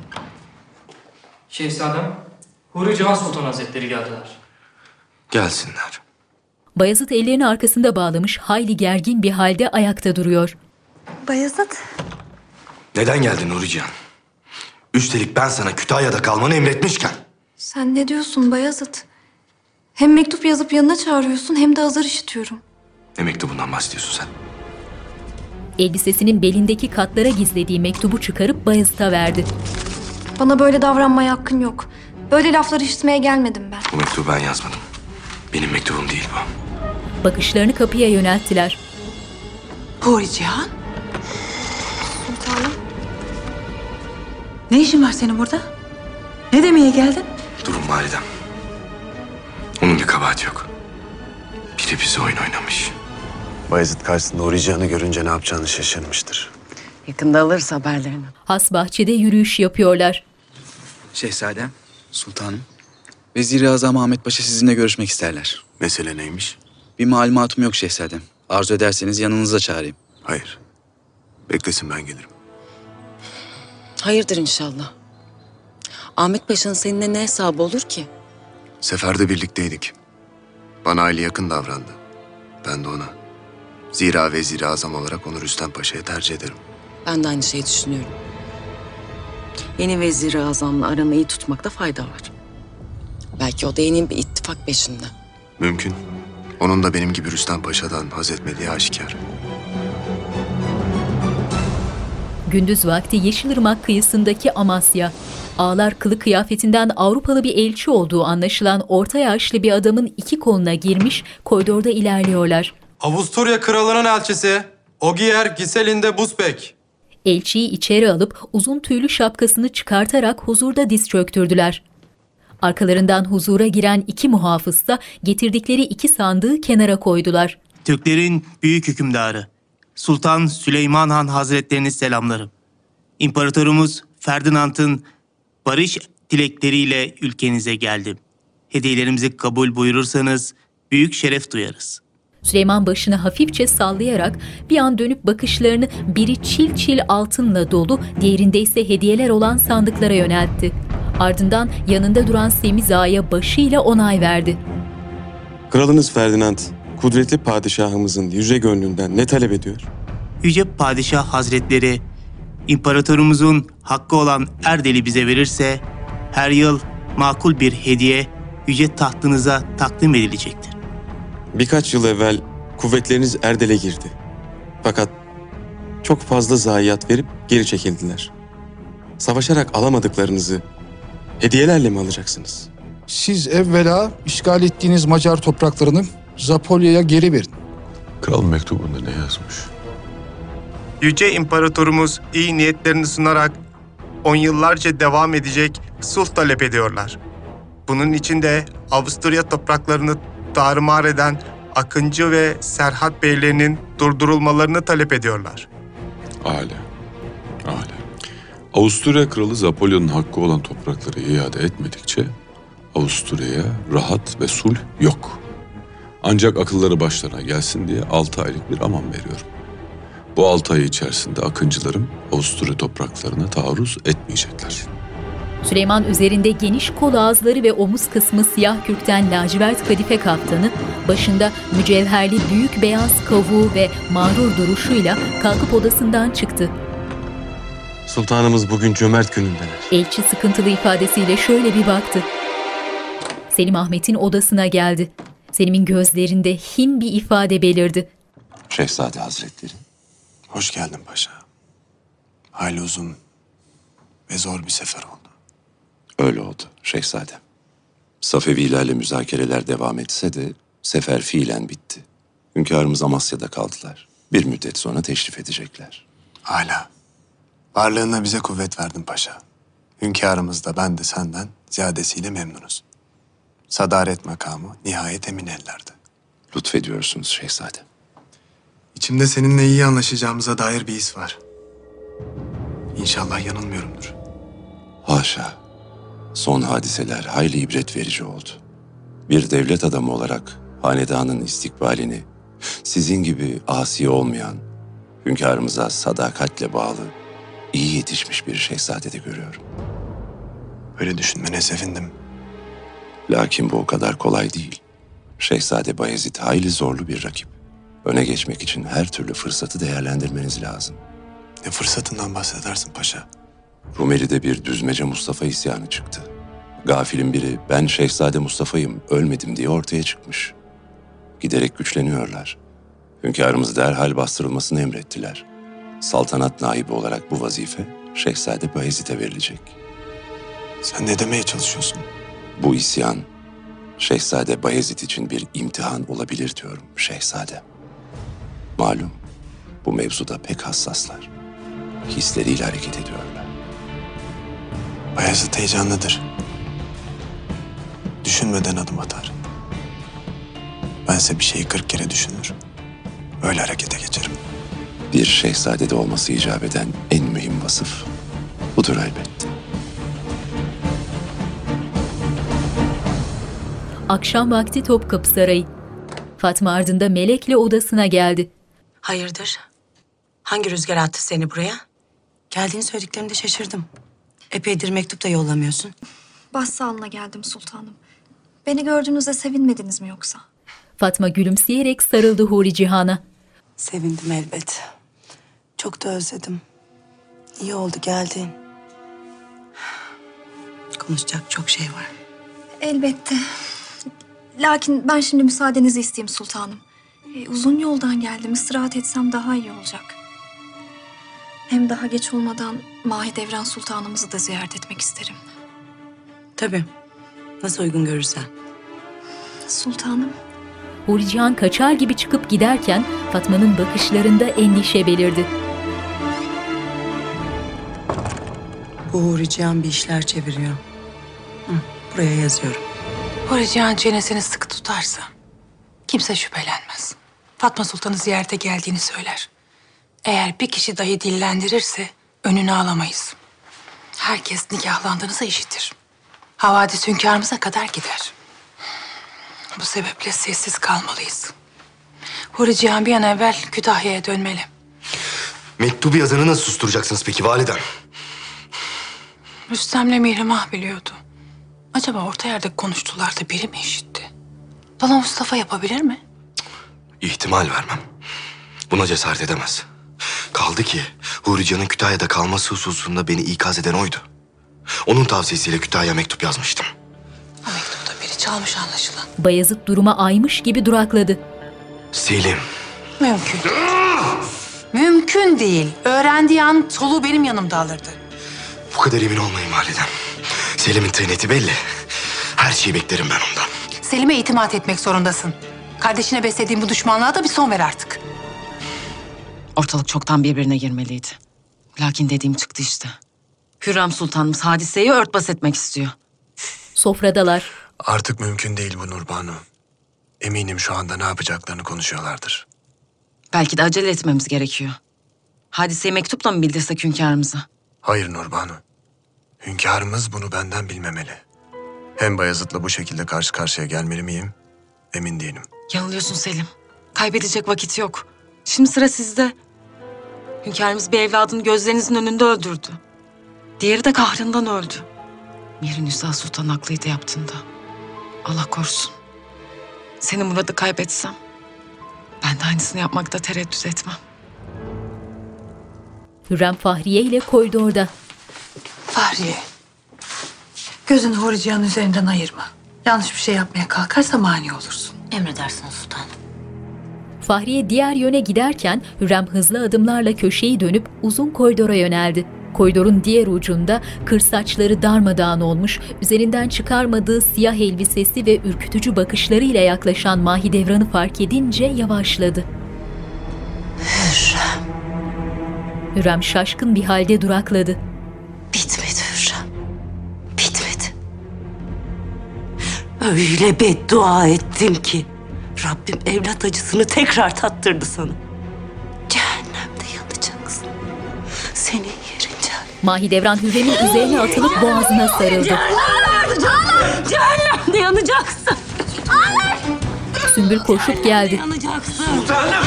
Şehzadem, Huri Cihan Sultan Hazretleri geldiler. Gelsinler. Bayezid ellerini arkasında bağlamış, hayli gergin bir halde ayakta duruyor. Bayezid. Neden geldin Huri Cihan? Üstelik ben sana Kütahya'da kalmanı emretmişken. Sen ne diyorsun Bayezid? Hem mektup yazıp yanına çağırıyorsun hem de azar işitiyorum. Ne mektubundan bahsediyorsun sen? Elbisesinin belindeki katlara gizlediği mektubu çıkarıp Bayezid'e verdi. Bana böyle davranmaya hakkın yok. Böyle lafları işitmeye gelmedim ben. Bu mektubu ben yazmadım. Benim mektubum değil bu. Bakışlarını kapıya yönelttiler. Huri Cihan, Sultanım. ne işin var senin burada? Ne demeye geldin? Durun validem. Onun bir kabahati yok. Biri bize oyun oynamış. Bayezid karşısında Huri Cihan'ı görünce ne yapacağını şaşırmıştır. Yakında alırız haberlerini. Has bahçede yürüyüş yapıyorlar. Şehzadem, sultanım. Vezir-i Azam Ahmet Paşa sizinle görüşmek isterler. Mesele neymiş? Bir malumatım yok şehzadem. Arzu ederseniz yanınıza çağırayım. Hayır. Beklesin, ben gelirim. Hayırdır inşallah. Ahmet Paşa'nın seninle ne hesabı olur ki? Seferde birlikteydik. Bana aile yakın davrandı. Ben de ona. Zira Vezir-i Azam olarak onu Rüstem Paşa'ya tercih ederim. Ben de aynı şeyi düşünüyorum. Yeni Vezir-i Azam'la aranı iyi tutmakta fayda var. Belki o da yeni bir ittifak peşinde. Mümkün. Onun da benim gibi Rüstem Paşa'dan haz etmediği aşikar. Gündüz vakti Yeşilırmak kıyısındaki Amasya. Ağlar kılık kıyafetinden Avrupalı bir elçi olduğu anlaşılan orta yaşlı bir adamın iki koluna girmiş koridorda ilerliyorlar. Avusturya kralının elçisi Ogier Giselinde Busbek. Elçiyi içeri alıp uzun tüylü şapkasını çıkartarak huzurda diz çöktürdüler. Arkalarından huzura giren iki muhafız da getirdikleri iki sandığı kenara koydular. Türklerin büyük hükümdarı Sultan Süleyman Han Hazretleriniz selamlarım. İmparatorumuz Ferdinand'ın barış dilekleriyle ülkenize geldim. Hediyelerimizi kabul buyurursanız büyük şeref duyarız. Süleyman başını hafifçe sallayarak bir an dönüp bakışlarını biri çil çil altınla dolu, diğerinde ise hediyeler olan sandıklara yöneltti. Ardından yanında duran Semiz Ağa'ya başıyla onay verdi. Kralınız Ferdinand, kudretli padişahımızın yüce gönlünden ne talep ediyor? Yüce Padişah Hazretleri, imparatorumuzun hakkı olan Erdel'i bize verirse, her yıl makul bir hediye yüce tahtınıza takdim edilecektir. Birkaç yıl evvel kuvvetleriniz Erdel'e girdi. Fakat çok fazla zayiat verip geri çekildiler. Savaşarak alamadıklarınızı hediyelerle mi alacaksınız? Siz evvela işgal ettiğiniz Macar topraklarını Zapolya'ya geri verin. Kral mektubunda ne yazmış? Yüce İmparatorumuz iyi niyetlerini sunarak on yıllarca devam edecek sulh talep ediyorlar. Bunun için de Avusturya topraklarını tarumar eden Akıncı ve Serhat beylerinin durdurulmalarını talep ediyorlar. Âlâ, âlâ. Avusturya kralı Zapolya'nın hakkı olan toprakları iade etmedikçe Avusturya'ya rahat ve sulh yok. Ancak akılları başlarına gelsin diye altı aylık bir aman veriyorum. Bu altı ay içerisinde Akıncılarım Avusturya topraklarına taarruz etmeyecekler. Süleyman üzerinde geniş kol ağızları ve omuz kısmı siyah kürkten lacivert kadife kaftanı, başında mücevherli büyük beyaz kavuğu ve mağrur duruşuyla kalkıp odasından çıktı. Sultanımız bugün cömert günündeler. Elçi sıkıntılı ifadesiyle şöyle bir baktı. Selim Ahmet'in odasına geldi. Selim'in gözlerinde hin bir ifade belirdi. Şehzade Hazretleri. Hoş geldin paşa. Hayli uzun, ve zor bir sefer oldu. Öyle oldu şehzadem. Safevilerle müzakereler devam etse de sefer fiilen bitti. Hünkârımız Amasya'da kaldılar. Bir müddet sonra teşrif edecekler. Hala. Varlığına bize kuvvet verdin paşa. Hünkârımız da ben de senden ziyadesiyle memnunuz. Sadaret makamı nihayet emin ellerde. Lütfediyorsunuz şehzadem. İçimde seninle iyi anlaşacağımıza dair bir his var. İnşallah yanılmıyorumdur. Haşa. Son hadiseler hayli ibret verici oldu. Bir devlet adamı olarak hanedanın istikbalini sizin gibi asi olmayan, hünkârımıza sadakatle bağlı, iyi yetişmiş bir şehzadede görüyorum. Böyle düşünmene sevindim. Lakin bu o kadar kolay değil. Şehzade Bayezid hayli zorlu bir rakip. Öne geçmek için her türlü fırsatı değerlendirmeniz lazım. Ne fırsatından bahsedersin paşa? Rumeli'de bir düzmece Mustafa isyanı çıktı. Gafilin biri ben Şehzade Mustafa'yım, ölmedim diye ortaya çıkmış. Giderek güçleniyorlar. Hünkârımız derhal bastırılmasını emrettiler. Saltanat naibi olarak bu vazife Şehzade Bayezid'e verilecek. Sen ne demeye çalışıyorsun? Bu isyan Şehzade Bayezid için bir imtihan olabilir diyorum şehzadem. Malum bu mevzuda pek hassaslar. Hisleriyle hareket ediyorlar. Bayezid heyecanlıdır. Düşünmeden adım atar. Bense bir şeyi kırk kere düşünür. Öyle harekete geçerim. Bir şehzadede olması icap eden en mühim vasıf budur elbette. Akşam vakti Topkapı Sarayı. Fatma ardında Melek'le odasına geldi. Hayırdır? Hangi rüzgar attı seni buraya? Geldiğini söylediklerimde şaşırdım. Epeydir mektup da yollamıyorsun. Başsağlığına geldim sultanım. Beni gördüğünüzde sevinmediniz mi yoksa? Fatma gülümseyerek sarıldı Huri Cihan'a. Sevindim elbet. Çok da özledim. İyi oldu geldin. Konuşacak çok şey var. Elbette. Lakin ben şimdi müsaadenizi isteyeyim sultanım. Ee, uzun yoldan geldim. İstirahat etsem daha iyi olacak. Hem daha geç olmadan Mahidevran Sultanımızı da ziyaret etmek isterim. Tabii. Nasıl uygun görürsen. Sultanım. Huri Cihan kaçar gibi çıkıp giderken Fatma'nın bakışlarında endişe belirdi. Bu Huri Cihan bir işler çeviriyor. Hı, buraya yazıyorum. Huri Cihan çenesini sıkı tutarsa kimse şüphelenmez. Fatma Sultan'ı ziyarete geldiğini söyler. Eğer bir kişi dahi dillendirirse önünü alamayız. Herkes nikahlandığınızı işitir. Havadis hünkârımıza kadar gider. Bu sebeple sessiz kalmalıyız. Huri Cihan bir an evvel Kütahya'ya dönmeli. Mektubu yazanı nasıl susturacaksınız peki validem? Rüstem'le Mihrimah biliyordu. Acaba orta yerde konuştular da biri mi işitti? Dala Mustafa yapabilir mi? İhtimal vermem. Buna cesaret edemez. Kaldı ki Huri Cihan'ın Kütahya'da kalması hususunda beni ikaz eden oydu. Onun tavsiyesiyle Kütahya mektup yazmıştım. O mektupta biri çalmış anlaşılan. Bayezid duruma aymış gibi durakladı. Selim. Mümkün. Mümkün değil. Öğrendiği an soluğu benim yanımda alırdı. Bu kadar emin olmayın validem. Selim'in tıyneti belli. Her şeyi beklerim ben ondan. Selim'e itimat etmek zorundasın. Kardeşine beslediğin bu düşmanlığa da bir son ver artık. Ortalık çoktan birbirine girmeliydi. Lakin dediğim çıktı işte. Hürrem Sultanımız hadiseyi örtbas etmek istiyor. Sofradalar. Artık mümkün değil bu Nurbanu. Eminim şu anda ne yapacaklarını konuşuyorlardır. Belki de acele etmemiz gerekiyor. Hadiseyi mektupla mı bildirsek hünkârımıza? Hayır Nurbanu. Hünkârımız bunu benden bilmemeli. Hem Bayezid'le bu şekilde karşı karşıya gelmeli miyim? Emin değilim. Yanılıyorsun Selim. Kaybedecek vakit yok. Şimdi sıra sizde. Hünkârımız bir evladını gözlerinizin önünde öldürdü. Diğeri de kahrından öldü. Mihri Nüsa Sultan haklıydı yaptığında. Allah korusun. Seni Murad'ı kaybetsem ben de aynısını yapmakta tereddüt etmem. Hürrem Fahriye ile koridorda. Fahriye, gözünü Huri Cihan üzerinden ayırma. Yanlış bir şey yapmaya kalkarsa mani olursun. Emredersiniz sultanım. Fahriye diğer yöne giderken Hürrem hızlı adımlarla köşeyi dönüp uzun koridora yöneldi. Koridorun diğer ucunda kır saçları darmadağın olmuş, üzerinden çıkarmadığı siyah elbisesi ve ürkütücü bakışlarıyla yaklaşan Mahidevran'ı fark edince yavaşladı. Hürrem. Hürrem şaşkın bir halde durakladı. Bitmedi Hürrem. Bitmedi. Öyle beddua ettim ki Rabbim evlat acısını tekrar tattırdı sana. Cehennemde yanacaksın. Senin yerin cehennem. Mahidevran Hürrem'in üzerine atılıp boğazına sarıldı. Cehennem! Cehennemde yanacaksın. Sümbül koşup geldi. Yanacaksın. Sultanım!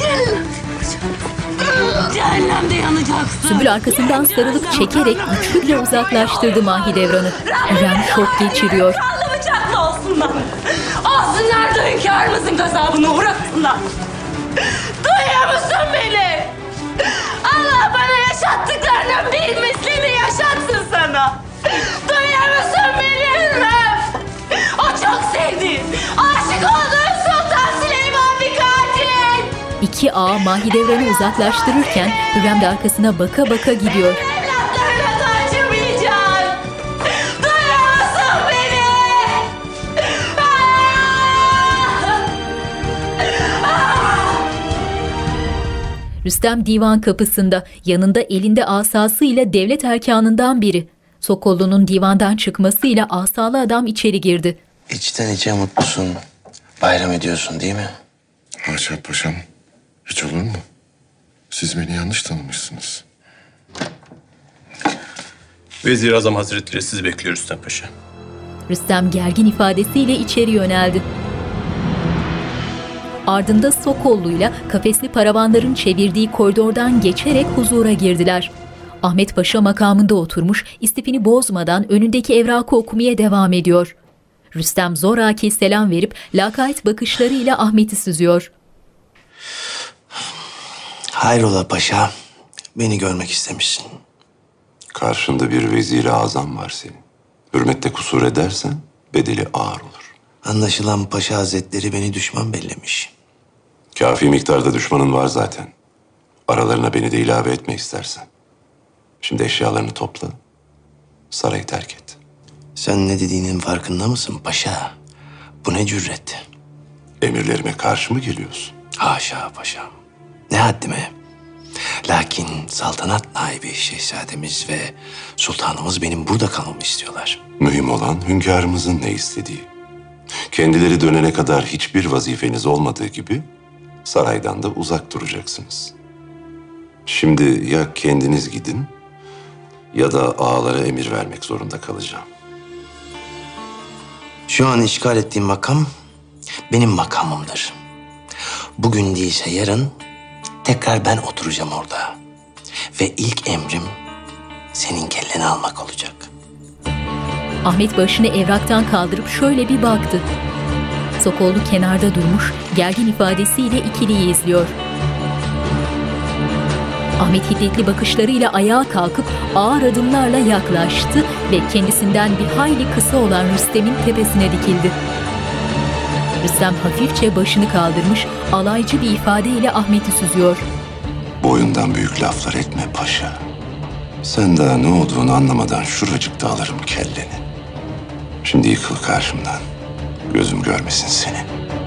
Cehennemde yanacaksın. Sümbül arkasından sarılıp çekerek güçlükle uzaklaştırdı Mahidevran'ı. Hürrem şok geçiriyor. Kanlı bıçaklı olsunlar. Alsınlar da hünkârımızın gazabını uğratsınlar. Duyuyor musun beni? Allah bana yaşattıklarının bir mislini yaşatsın sana. Duyuyor musun beni Hürrem? O çok sevdiğin, aşık olduğun Sultan Süleyman bir katil. İki ağa Mahidevran'ı uzaklaştırırken Hürrem de arkasına baka baka gidiyor. Evlatlarına da acımayacağım. Duyuyor musun beni? Rüstem divan kapısında, yanında elinde asasıyla devlet erkanından biri. Sokollu'nun divandan çıkmasıyla asalı adam içeri girdi. İçten içe mutlusun. Bayram ediyorsun değil mi? Haşa paşam. Hiç olur mu? Siz beni yanlış tanımışsınız. Vezir-i Hazretleri sizi bekliyor Rüstem Paşa. Rüstem gergin ifadesiyle içeri yöneldi. Ardında Sokollu'yla kafesli paravanların çevirdiği koridordan geçerek huzura girdiler. Ahmet Paşa makamında oturmuş, istifini bozmadan önündeki evrakı okumaya devam ediyor. Rüstem zoraki selam verip lakayt bakışlarıyla Ahmet'i süzüyor. Hayrola paşa, beni görmek istemişsin. Karşında bir vezir-i azam var senin. Hürmette kusur edersen bedeli ağır olur. Anlaşılan paşa hazretleri beni düşman bellemiş. Kafi miktarda düşmanın var zaten. Aralarına beni de ilave etme istersen. Şimdi eşyalarını topla, sarayı terk et. Sen ne dediğinin farkında mısın paşa? Bu ne cüret? Emirlerime karşı mı geliyorsun? Haşa paşam. Ne haddime. Lakin saltanat naibi şehzademiz ve sultanımız benim burada kalmamı istiyorlar. Mühim olan hünkârımızın ne istediği. Kendileri dönene kadar hiçbir vazifeniz olmadığı gibi saraydan da uzak duracaksınız. Şimdi ya kendiniz gidin ya da ağalara emir vermek zorunda kalacağım. Şu an işgal ettiğim makam benim makamımdır. Bugün değilse yarın tekrar ben oturacağım orada. Ve ilk emrim senin kelleni almak olacak. Ahmet başını evraktan kaldırıp şöyle bir baktı. Sokollu kenarda durmuş, gergin ifadesiyle ikiliyi izliyor. Ahmet hiddetli bakışlarıyla ayağa kalkıp ağır adımlarla yaklaştı ve kendisinden bir hayli kısa olan Rüstem'in tepesine dikildi. Rüstem hafifçe başını kaldırmış, alaycı bir ifadeyle Ahmet'i süzüyor. Boyundan büyük laflar etme paşa. Sen daha ne olduğunu anlamadan şuracıkta alırım kelleni. Şimdi yıkıl karşımdan. Gözüm görmesin seni.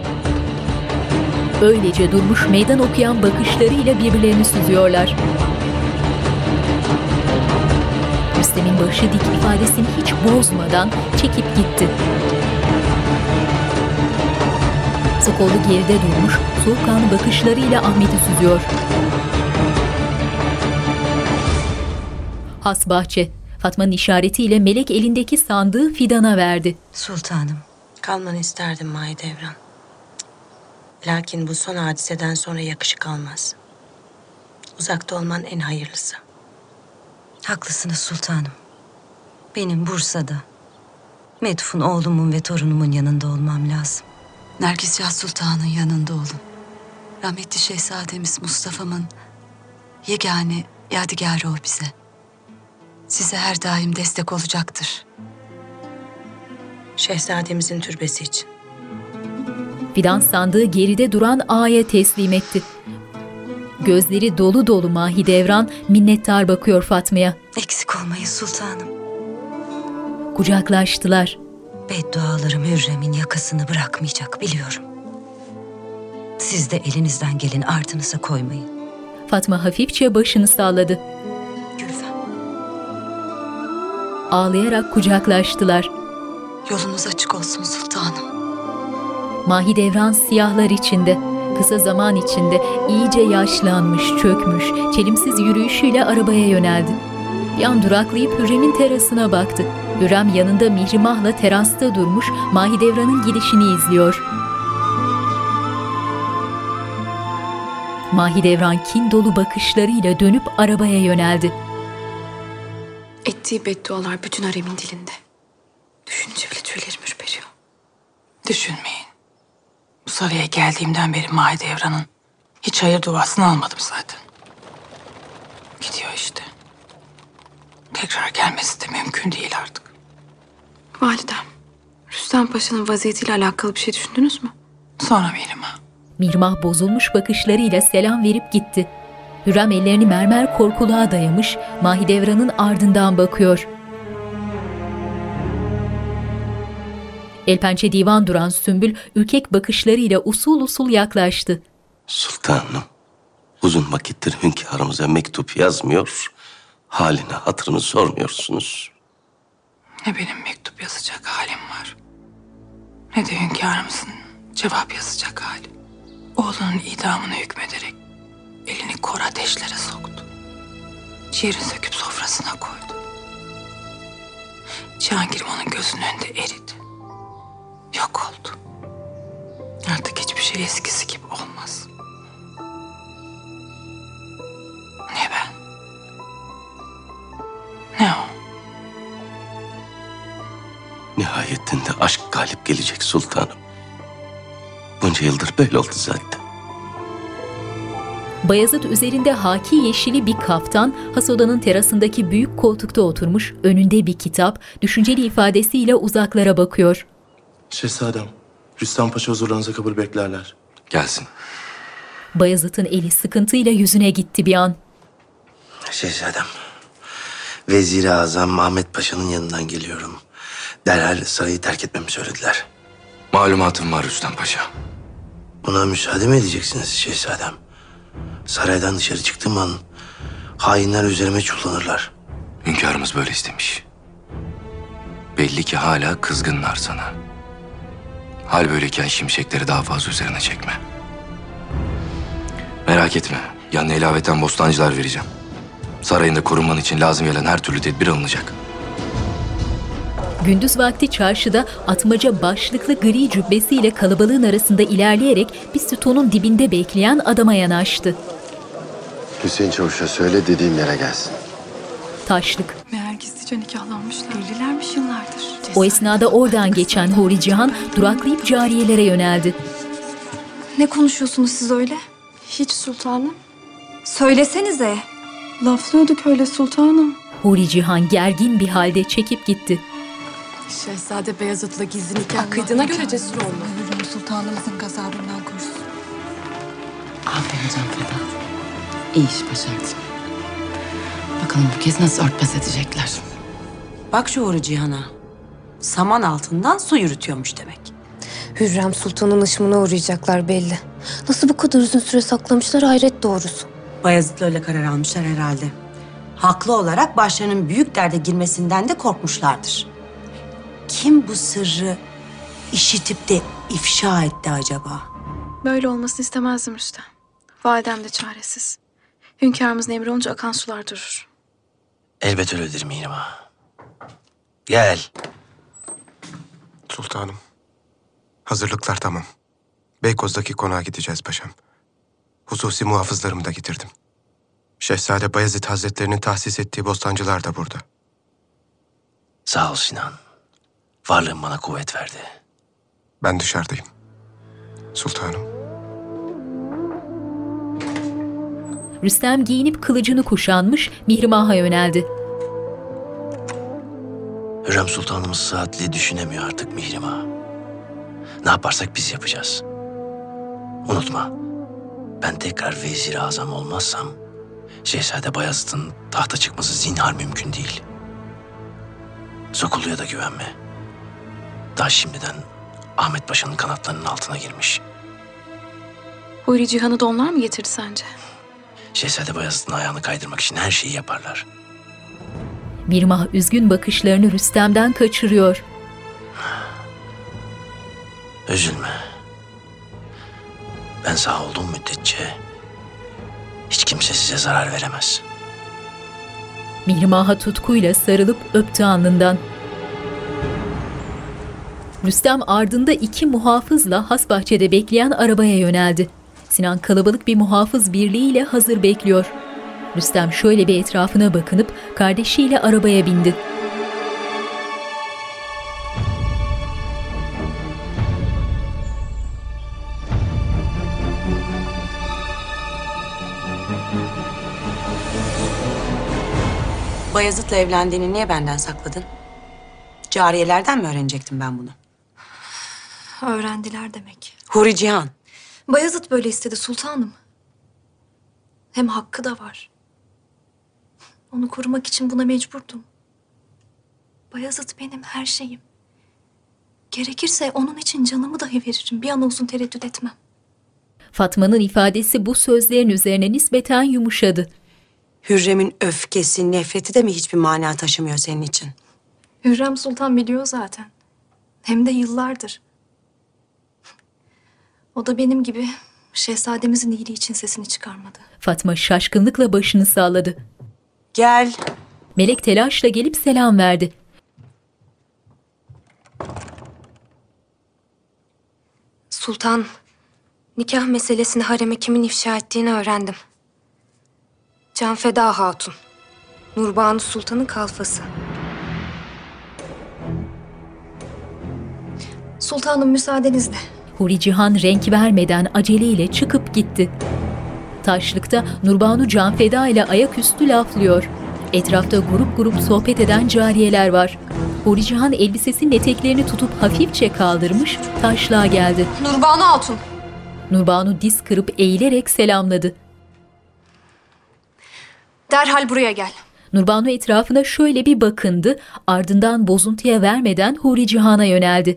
Öylece durmuş meydan okuyan bakışlarıyla birbirlerini süzüyorlar. Rüstem'in başı dik ifadesini hiç bozmadan çekip gitti. Sokollu geride durmuş, soğukkanlı bakışlarıyla Ahmet'i süzüyor. Has bahçe, Fatma'nın işaretiyle melek elindeki sandığı Fidan'a verdi. Sultanım, kalmanı isterdim Mahidevran. Lakin bu son hadiseden sonra yakışık almaz. Uzakta olman en hayırlısı. Haklısınız sultanım. Benim Bursa'da, Medfun oğlumun ve torunumun yanında olmam lazım. Nergiscah Sultan'ın yanında olun. Rahmetli Şehzademiz Mustafa'mın yegane yadigarı o bize. Size her daim destek olacaktır. Şehzademizin türbesi için. Fidan sandığı geride duran ağaya teslim etti. Gözleri dolu dolu Mahidevran minnettar bakıyor Fatma'ya. Eksik olmayın sultanım. Kucaklaştılar. Beddualarım Hürrem'in yakasını bırakmayacak biliyorum. Siz de elinizden gelin ardınıza koymayın. Fatma hafifçe başını salladı. Gülfem. Ağlayarak kucaklaştılar. Yolunuz açık olsun sultanım. Mahidevran siyahlar içinde, kısa zaman içinde iyice yaşlanmış, çökmüş, çelimsiz yürüyüşüyle arabaya yöneldi. Bir an duraklayıp Hürrem'in terasına baktı. Hürrem yanında Mihrimah'la terasta durmuş, Mahidevran'ın gidişini izliyor. Mahidevran kin dolu bakışlarıyla dönüp arabaya yöneldi. Ettiği beddualar bütün haremin dilinde. Düşününce bile tüylerim ürperiyor. Düşünmeyin. Bu saraya geldiğimden beri Mahidevran'ın hiç hayır duasını almadım zaten. Gidiyor işte. Tekrar gelmesi de mümkün değil artık. Validem, Rüstem Paşa'nın vaziyetiyle alakalı bir şey düşündünüz mü? Sonra Mihrimah. Mihrimah bozulmuş bakışlarıyla selam verip gitti. Hürrem ellerini mermer korkuluğa dayamış, Mahidevran'ın ardından bakıyor. Elpençe divan duran Sümbül ürkek bakışlarıyla usul usul yaklaştı. Sultanım, uzun vakittir hünkârımıza mektup yazmıyor, halini hatırını sormuyorsunuz. Ne benim mektup yazacak halim var, ne de hünkârımızın cevap yazacak hali. Oğlunun idamını hükmederek elini kor ateşlere soktu. Ciğerini söküp sofrasına koydu. Cihangir'im onun gözünün önünde eridi. Yok oldu. Artık hiçbir şey eskisi gibi olmaz. Ne ben, ne o. Nihayetinde aşk galip gelecek sultanım. Bunca yıldır böyle oldu zaten. Bayezid üzerinde haki yeşili bir kaftan, has odanın terasındaki büyük koltukta oturmuş, önünde bir kitap, düşünceli ifadesiyle uzaklara bakıyor. Şehzadem, Rüstem Paşa huzurlarınıza kabul beklerler. Gelsin. Bayezid'in eli sıkıntıyla yüzüne gitti bir an. Şehzadem, Vezir-i Azam Ahmet Paşa'nın yanından geliyorum. Derhal sarayı terk etmemi söylediler. Malumatım var Rüstem Paşa. Buna müsaade mi edeceksiniz şehzadem? Saraydan dışarı çıktığım an hainler üzerime çullanırlar. Hünkârımız böyle istemiş. Belli ki hala kızgınlar sana. Hal böyleyken şimşekleri daha fazla üzerine çekme. Merak etme. Yanına ilaveten bostancılar vereceğim. Sarayında korunman için lazım gelen her türlü tedbir alınacak. Gündüz vakti çarşıda atmaca başlıklı gri cübbesiyle kalabalığın arasında ilerleyerek bir sütunun dibinde bekleyen adama yanaştı. Hüseyin Çavuş'a söyle dediğim yere gelsin. Taşlık. Meğer gizlice nikahlanmışlar. Evlilermiş yıllardır. O esnada oradan geçen Huri Cihan duraklayıp cariyelere yöneldi. Ne konuşuyorsunuz siz öyle? Hiç sultanım. Söylesenize. Laflıyorduk öyle sultanım. Huri Cihan gergin bir halde çekip gitti. Şehzade Beyazıt'la gizli nikah kıydığına göre cesur oldu. Hürrem sultanımızın gazabından korusun. Aferin Can Feda. İyi iş başardın. Bakalım bu kez nasıl örtbas edecekler. Bak şu Huri Cihan'a. Saman altından su yürütüyormuş demek. Hürrem Sultan'ın ışımına uğrayacaklar belli. Nasıl bu kadar uzun süre saklamışlar hayret doğrusu. Bayezid'le öyle karar almışlar herhalde. Haklı olarak başlarının büyük derde girmesinden de korkmuşlardır. Kim bu sırrı işitip de ifşa etti acaba? Böyle olmasını istemezdim Rüstem. Validem de çaresiz. Hünkârımızın emri olunca akan sular durur. Elbet öyledir Mihrimah. Gel. Sultanım, hazırlıklar tamam. Beykoz'daki konağa gideceğiz paşam. Hususi muhafızlarımı da getirdim. Şehzade Bayezid Hazretlerinin tahsis ettiği bostancılar da burada. Sağ ol Sinan. Varlığın bana kuvvet verdi. Ben dışarıdayım. Sultanım. Rüstem giyinip kılıcını kuşanmış, Mihrimah'a yöneldi. Hürrem Sultanımız saatli düşünemiyor artık Mihrimah. Ne yaparsak biz yapacağız. Unutma, ben tekrar vezir-i azam olmazsam Şehzade Bayezid'in tahta çıkması zinhar mümkün değil. Sokolu'ya da güvenme. Daha şimdiden Ahmet Paşa'nın kanatlarının altına girmiş. Huri Cihan'ı da onlar mı getirdi sence? Şehzade Bayezid'in ayağını kaydırmak için her şeyi yaparlar. Mirmah üzgün bakışlarını Rüstem'den kaçırıyor. Üzülme. Ben sağ olduğum müddetçe hiç kimse size zarar veremez. Mirmah'a tutkuyla sarılıp öptü alnından. Rüstem ardında iki muhafızla hasbahçede bekleyen arabaya yöneldi. Sinan kalabalık bir muhafız birliğiyle hazır bekliyor. Rüstem şöyle bir etrafına bakınıp kardeşiyle arabaya bindi. Bayezid'le evlendiğini niye benden sakladın? Cariyelerden mi öğrenecektim ben bunu? Öğrendiler demek. Huri Cihan. Bayezid böyle istedi sultanım. Hem hakkı da var. Onu korumak için buna mecburdum. Bayezid benim her şeyim. Gerekirse onun için canımı dahi veririm. Bir an olsun tereddüt etmem. Fatma'nın ifadesi bu sözlerin üzerine nispeten yumuşadı. Hürrem'in öfkesi, nefreti de mi hiçbir mana taşımıyor senin için? Hürrem Sultan biliyor zaten. Hem de yıllardır. O da benim gibi şehzademizin iyiliği için sesini çıkarmadı. Fatma şaşkınlıkla başını salladı. Gel. Melek telaşla gelip selam verdi. Sultan, nikah meselesini hareme kimin ifşa ettiğini öğrendim. Canfeda Hatun, Nurbanu Sultan'ın kalfası. Sultanım müsaadenizle. Huri Cihan renk vermeden aceleyle çıkıp gitti. Taşlıkta Nurbanu Canfeda ile ayaküstü laflıyor. Etrafta grup grup sohbet eden cariyeler var. Huri Cihan elbisesinin eteklerini tutup hafifçe kaldırmış, taşlığa geldi. Nurbanu Hatun. Nurbanu diz kırıp eğilerek selamladı. Derhal buraya gel. Nurbanu etrafına şöyle bir bakındı, ardından bozuntuya vermeden Huri Cihan'a yöneldi.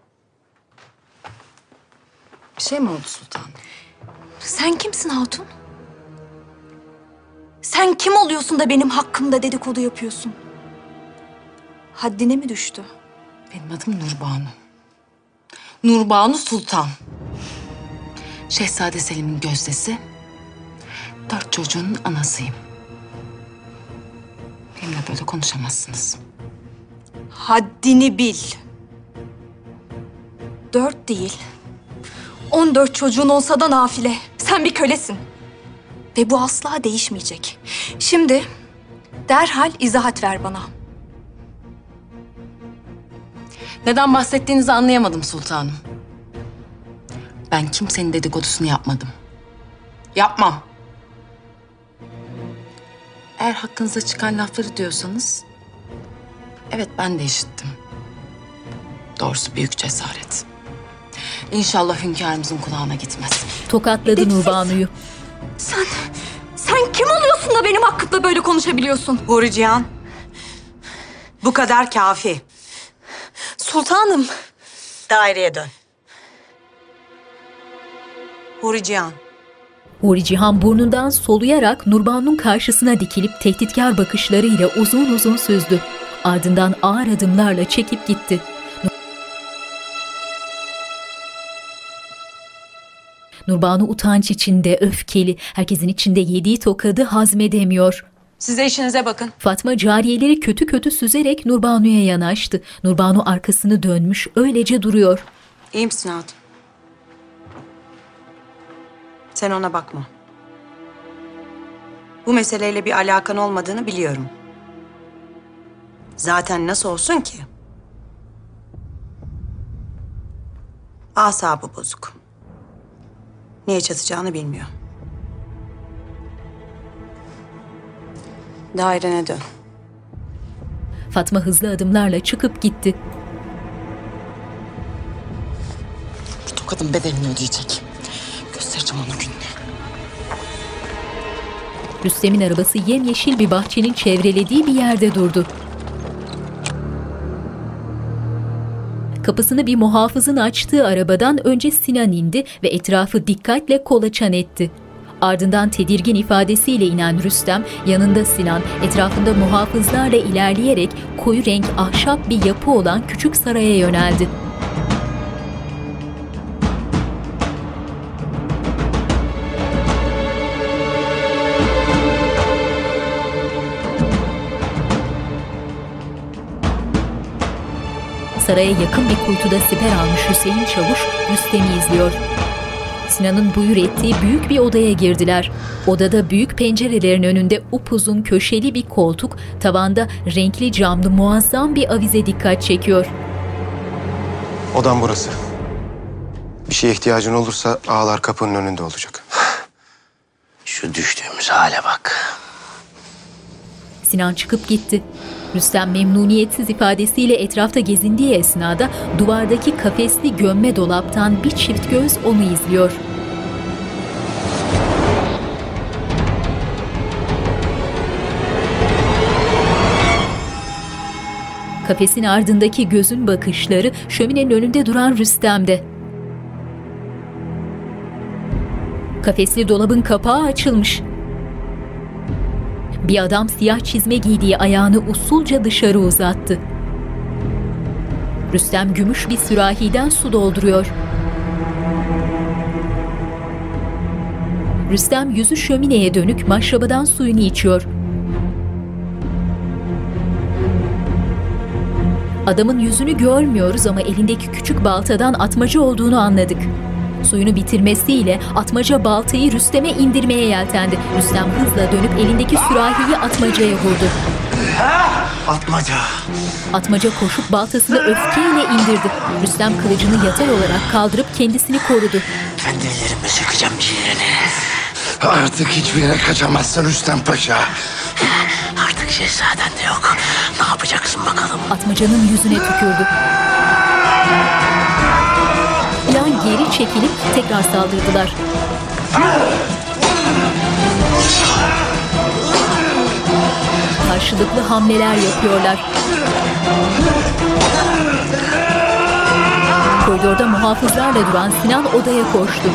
Bir şey mi oldu sultanım? Sen kimsin Hatun? Sen kim oluyorsun da benim hakkımda dedikodu yapıyorsun? Haddine mi düştü? Benim adım Nurbanu. Nurbanu Sultan. Şehzade Selim'in gözdesi. Dört çocuğun anasıyım. Benimle böyle konuşamazsınız. Haddini bil. Dört değil. On dört çocuğun olsa da nafile. Sen bir kölesin. Ve bu asla değişmeyecek. Şimdi derhal izahat ver bana. Neden bahsettiğinizi anlayamadım sultanım. Ben kimsenin dedikodusunu yapmadım. Yapmam. Eğer hakkınıza çıkan lafları diyorsanız... evet, ben de işittim. Doğrusu büyük cesaret. İnşallah hünkârımızın kulağına gitmez. Tokatladı Nurbanu'yu. Sen, sen kim oluyorsun da benim hakkımda böyle konuşabiliyorsun? Huri Cihan. Bu kadar kafi. Sultanım. Daireye dön. Huri Cihan. Huri Cihan burnundan soluyarak Nurbanu'nun karşısına dikilip tehditkar bakışlarıyla uzun uzun süzdü. Ardından ağır adımlarla çekip gitti. Nurbanu utanç içinde, öfkeli, herkesin içinde yediği tokadı hazmedemiyor. Size işinize bakın. Fatma cariyeleri kötü kötü süzerek Nurbanu'ya yanaştı. Nurbanu arkasını dönmüş, öylece duruyor. İyi misin hatun? Sen ona bakma. Bu meseleyle bir alakan olmadığını biliyorum. Zaten nasıl olsun ki? Asabı bozuk. Neye çatacağını bilmiyor. Dairene dön. Fatma hızlı adımlarla çıkıp gitti. Bu tokadın bedelini ödeyecek. Göstereceğim onun gününü. Rüstem'in arabası yemyeşil bir bahçenin çevrelediği bir yerde durdu. Kapısını bir muhafızın açtığı arabadan önce Sinan indi ve etrafı dikkatle kolaçan etti. Ardından tedirgin ifadesiyle inen Rüstem, yanında Sinan, etrafında muhafızlarla ilerleyerek koyu renk ahşap bir yapı olan küçük saraya yöneldi. Saraya yakın bir kuytuda siper almış Hüseyin Çavuş, Rüstem'i izliyor. Sinan'ın buyur ettiği büyük bir odaya girdiler. Odada büyük pencerelerin önünde upuzun köşeli bir koltuk, tavanda renkli camlı muazzam bir avize dikkat çekiyor. Odam burası. Bir şeye ihtiyacın olursa ağalar kapının önünde olacak. Şu düştüğümüz hale bak. Sinan çıkıp gitti. Rüstem memnuniyetsiz ifadesiyle etrafta gezindiği esnada duvardaki kafesli gömme dolaptan bir çift göz onu izliyor. Kafesin ardındaki gözün bakışları şöminenin önünde duran Rüstem'de. Kafesli dolabın kapağı açılmış. Bir adam siyah çizme giydiği ayağını usulca dışarı uzattı. Rüstem gümüş bir sürahiden su dolduruyor. Rüstem yüzü şömineye dönük maşrabadan suyunu içiyor. Adamın yüzünü görmüyoruz ama elindeki küçük baltadan atmaca olduğunu anladık. Suyunu bitirmesiyle atmaca baltayı Rüstem'e indirmeye yeltendi. Rüstem hızla dönüp elindeki sürahiyi atmacaya vurdu. Atmaca. Atmaca koşup baltasını öfkeyle indirdi. Rüstem kılıcını yatay olarak kaldırıp kendisini korudu. Kendi ellerimle sökeceğim ciğerini. Artık hiçbir yere kaçamazsın Rüstem Paşa. Artık şehzaden de yok. Ne yapacaksın bakalım? Atmacanın yüzüne tükürdü. Plan geri çekilip tekrar saldırdılar. Karşılıklı hamleler yapıyorlar. Koridorda muhafızlarla duran Sinan odaya koştu.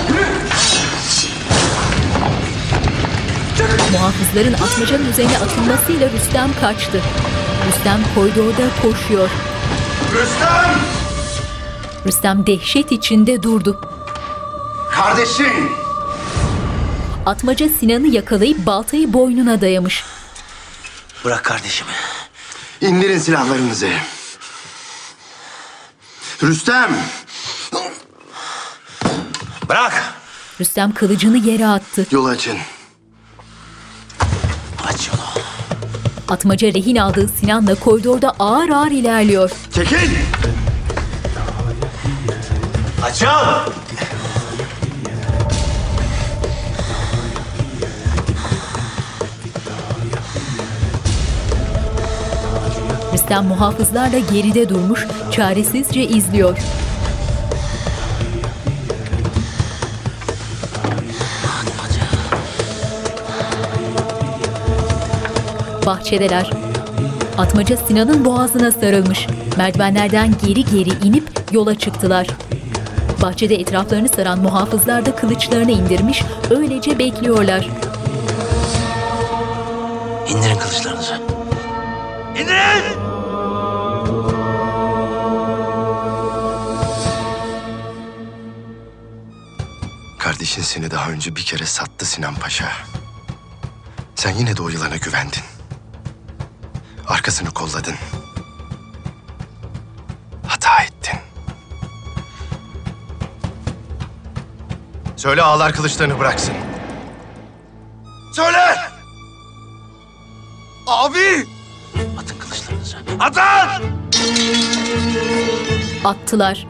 Muhafızların atmacanın üzerine atılmasıyla Rüstem kaçtı. Rüstem koridorda koşuyor. Rüstem! Rüstem dehşet içinde durdu. Kardeşim! Atmaca Sinan'ı yakalayıp baltayı boynuna dayamış. Bırak kardeşimi. İndirin silahlarınızı. Rüstem! Bırak! Rüstem kılıcını yere attı. Yol açın. Aç yolu. Atmaca rehin aldığı Sinan'la koridorda ağır ağır ilerliyor. Çekil! Açıl! Rüstem muhafızlarla geride durmuş, çaresizce izliyor. Bahçedeler. Atmaca Sinan'ın boğazına sarılmış. Merdivenlerden geri geri inip yola çıktılar. Bahçede etraflarını saran muhafızlar da kılıçlarını indirmiş, öylece bekliyorlar. İndirin kılıçlarınızı. İndirin! Kardeşin seni daha önce bir kere sattı Sinan Paşa. Sen yine de o yılana güvendin. Arkasını kolladın. Hata ettin. Söyle ağalar kılıçlarını bıraksın. Söyle! Abi! Atın kılıçlarınızı. Atın! Attılar.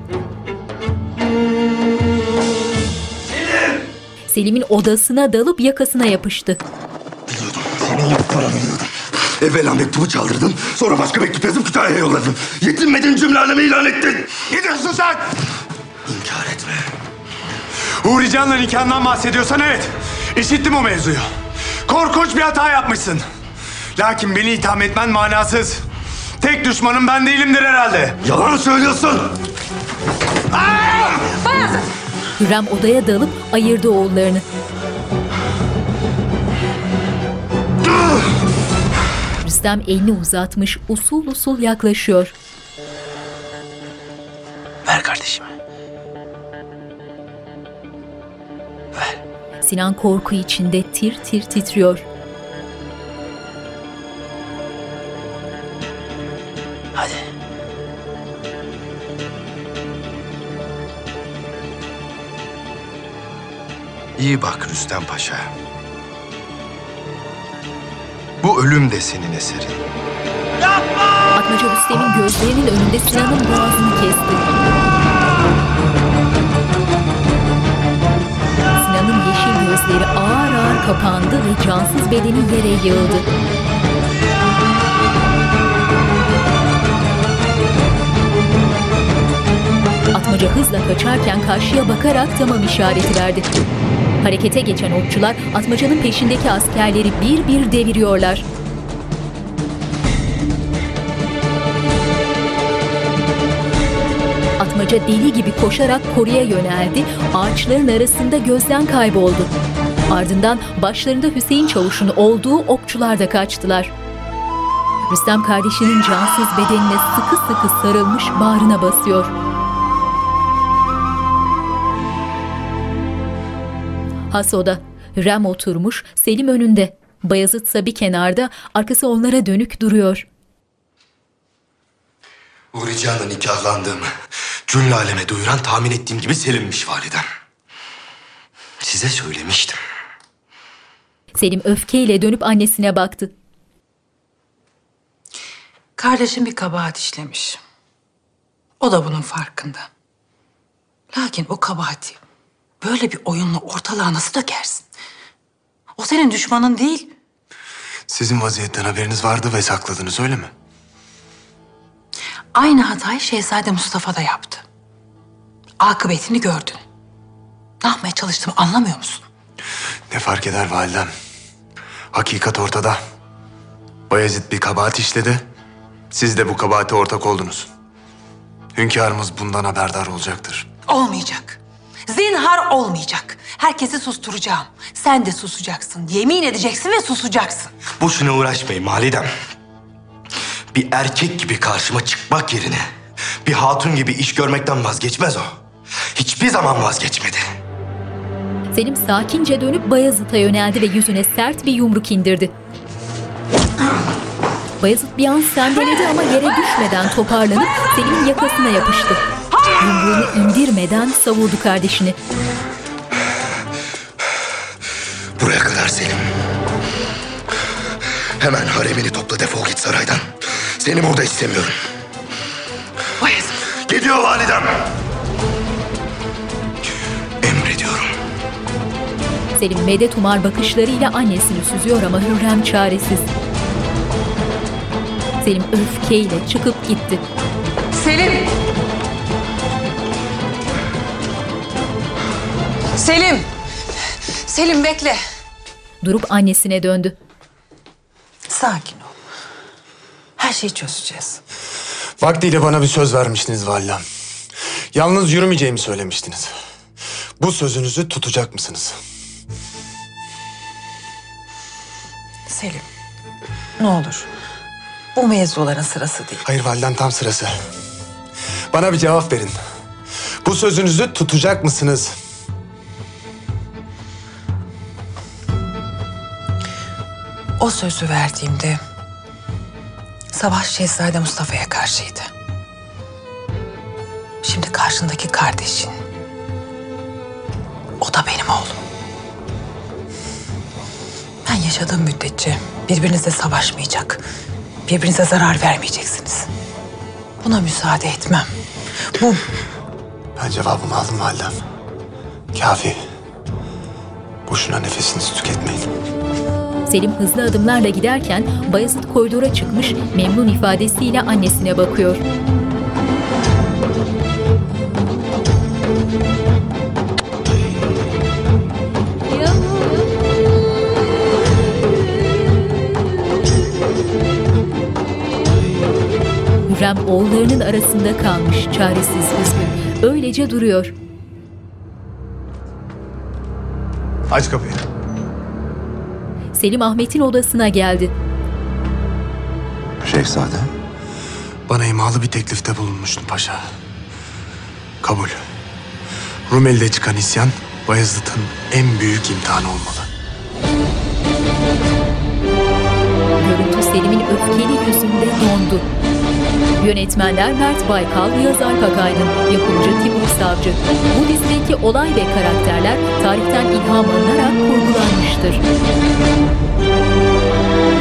Selim! Selim'in odasına dalıp yakasına yapıştı. Senin yaptıklarını biliyordum. Evvela mektubu çaldırdın, sonra başka mektup yazıp Kütahya'ya yolladın. Yetinmedin cümle ilan ettin. Ne diyorsun sen? İnkar etme. Uğur Can'la nikahından bahsediyorsan evet. İşittim o mevzuyu. Korkunç bir hata yapmışsın. Lakin beni itham etmen manasız. Tek düşmanım ben değilimdir herhalde. Yalan söylüyorsun. Bayezid! Hürrem odaya dalıp ayırdı oğullarını. Rüstem elini uzatmış, usul usul yaklaşıyor. Ver kardeşim. Sinan korku içinde tir tir titriyor. Hadi. İyi bak Rüstem Paşa. Bu ölüm de senin eserin. Atmaca Rüstem'in gözlerinin önünde Sinan'ın boğazını kesti. Sinan'ın yeşil gözleri ağır ağır kapandı ve cansız bedeni yere yığıldı. Atmaca hızla kaçarken karşıya bakarak tamam işareti verdi. Harekete geçen okçular Atmaca'nın peşindeki askerleri bir bir deviriyorlar. Atmaca deli gibi koşarak koruya yöneldi, ağaçların arasında gözden kayboldu. Ardından başlarında Hüseyin Çavuş'un olduğu okçular da kaçtılar. Rüstem kardeşinin cansız bedenine sıkı sıkı sarılmış bağrına basıyor. Hasoda Hürrem oturmuş, Selim önünde. Bayezid'sa bir kenarda, arkası onlara dönük duruyor. Huri Cihan'la nikahlandığımı cümle aleme duyuran tahmin ettiğim gibi Selim'miş validem. Size söylemiştim. Selim öfkeyle dönüp annesine baktı. Kardeşim bir kabahat işlemiş. O da bunun farkında. Lakin o kabahati böyle bir oyunla ortalığa nasıl dökersin? O senin düşmanın değil. Sizin vaziyetten haberiniz vardı ve sakladınız, öyle mi? Aynı hatayı Şehzade Mustafa da yaptı. Akıbetini gördün. Ne yapmaya çalıştığımı anlamıyor musun? Ne fark eder validem? Hakikat ortada. Bayezid bir kabahat işledi. Siz de bu kabahate ortak oldunuz. Hünkârımız bundan haberdar olacaktır. Olmayacak. Zinhar olmayacak. Herkesi susturacağım. Sen de susacaksın. Yemin edeceksin ve susacaksın. Boşuna uğraşmayın validem. Bir erkek gibi karşıma çıkmak yerine bir hatun gibi iş görmekten vazgeçmez o. Hiçbir zaman vazgeçmedi. Selim sakince dönüp Bayezid'e yöneldi ve yüzüne sert bir yumruk indirdi. Bayezid bir an sendeledi ama yere düşmeden toparlanıp Selim'in yakasına yapıştı. Yumruğunu indirmeden savurdu kardeşini. Buraya kadar Selim. Hemen haremini topla, defol git saraydan. Seni burada istemiyorum. Bayezid. Gidiyor validem. Emrediyorum. Selim medet umar bakışlarıyla annesini süzüyor ama Hürrem çaresiz. Selim öfkeyle çıkıp gitti. Selim! Selim! Selim bekle. Durup annesine döndü. Sakin ol. Her şeyi çözeceğiz. Vaktiyle bana bir söz vermiştiniz validem. Yalnız yürümeyeceğimi söylemiştiniz. Bu sözünüzü tutacak mısınız? Selim, ne olur. Bu mevzuların sırası değil. Hayır validem, tam sırası. Bana bir cevap verin. Bu sözünüzü tutacak mısınız? O sözü verdiğimde savaş Şehzade Mustafa'ya karşıydı. Şimdi karşındaki kardeşin. O da benim oğlum. Ben yaşadığım müddetçe birbirinizle savaşmayacak, birbirinize zarar vermeyeceksiniz. Buna müsaade etmem. Bu... Ben cevabımı aldım validem. Kafi. Boşuna nefesinizi tüketmeyin. Selim hızlı adımlarla giderken Bayezid koridora çıkmış, memnun ifadesiyle annesine bakıyor. Hürrem oğullarının arasında kalmış, çaresiz, üzgün. Öylece duruyor. Aç kapıyı. Selim Ahmet'in odasına geldi. Şehzadem? Bana imalı bir teklifte bulunmuştun paşa. Kabul. Rumeli'de çıkan isyan, Bayezid'in en büyük imtihanı olmalı. Görüntü Selim'in öfkeli yüzünde dondu. Yönetmenler Mert Baykal, Yağız Alp Akaydın, yapımcı Timur Savcı. Bu dizideki olay ve karakterler tarihten ilham alınarak kurgulanmıştır.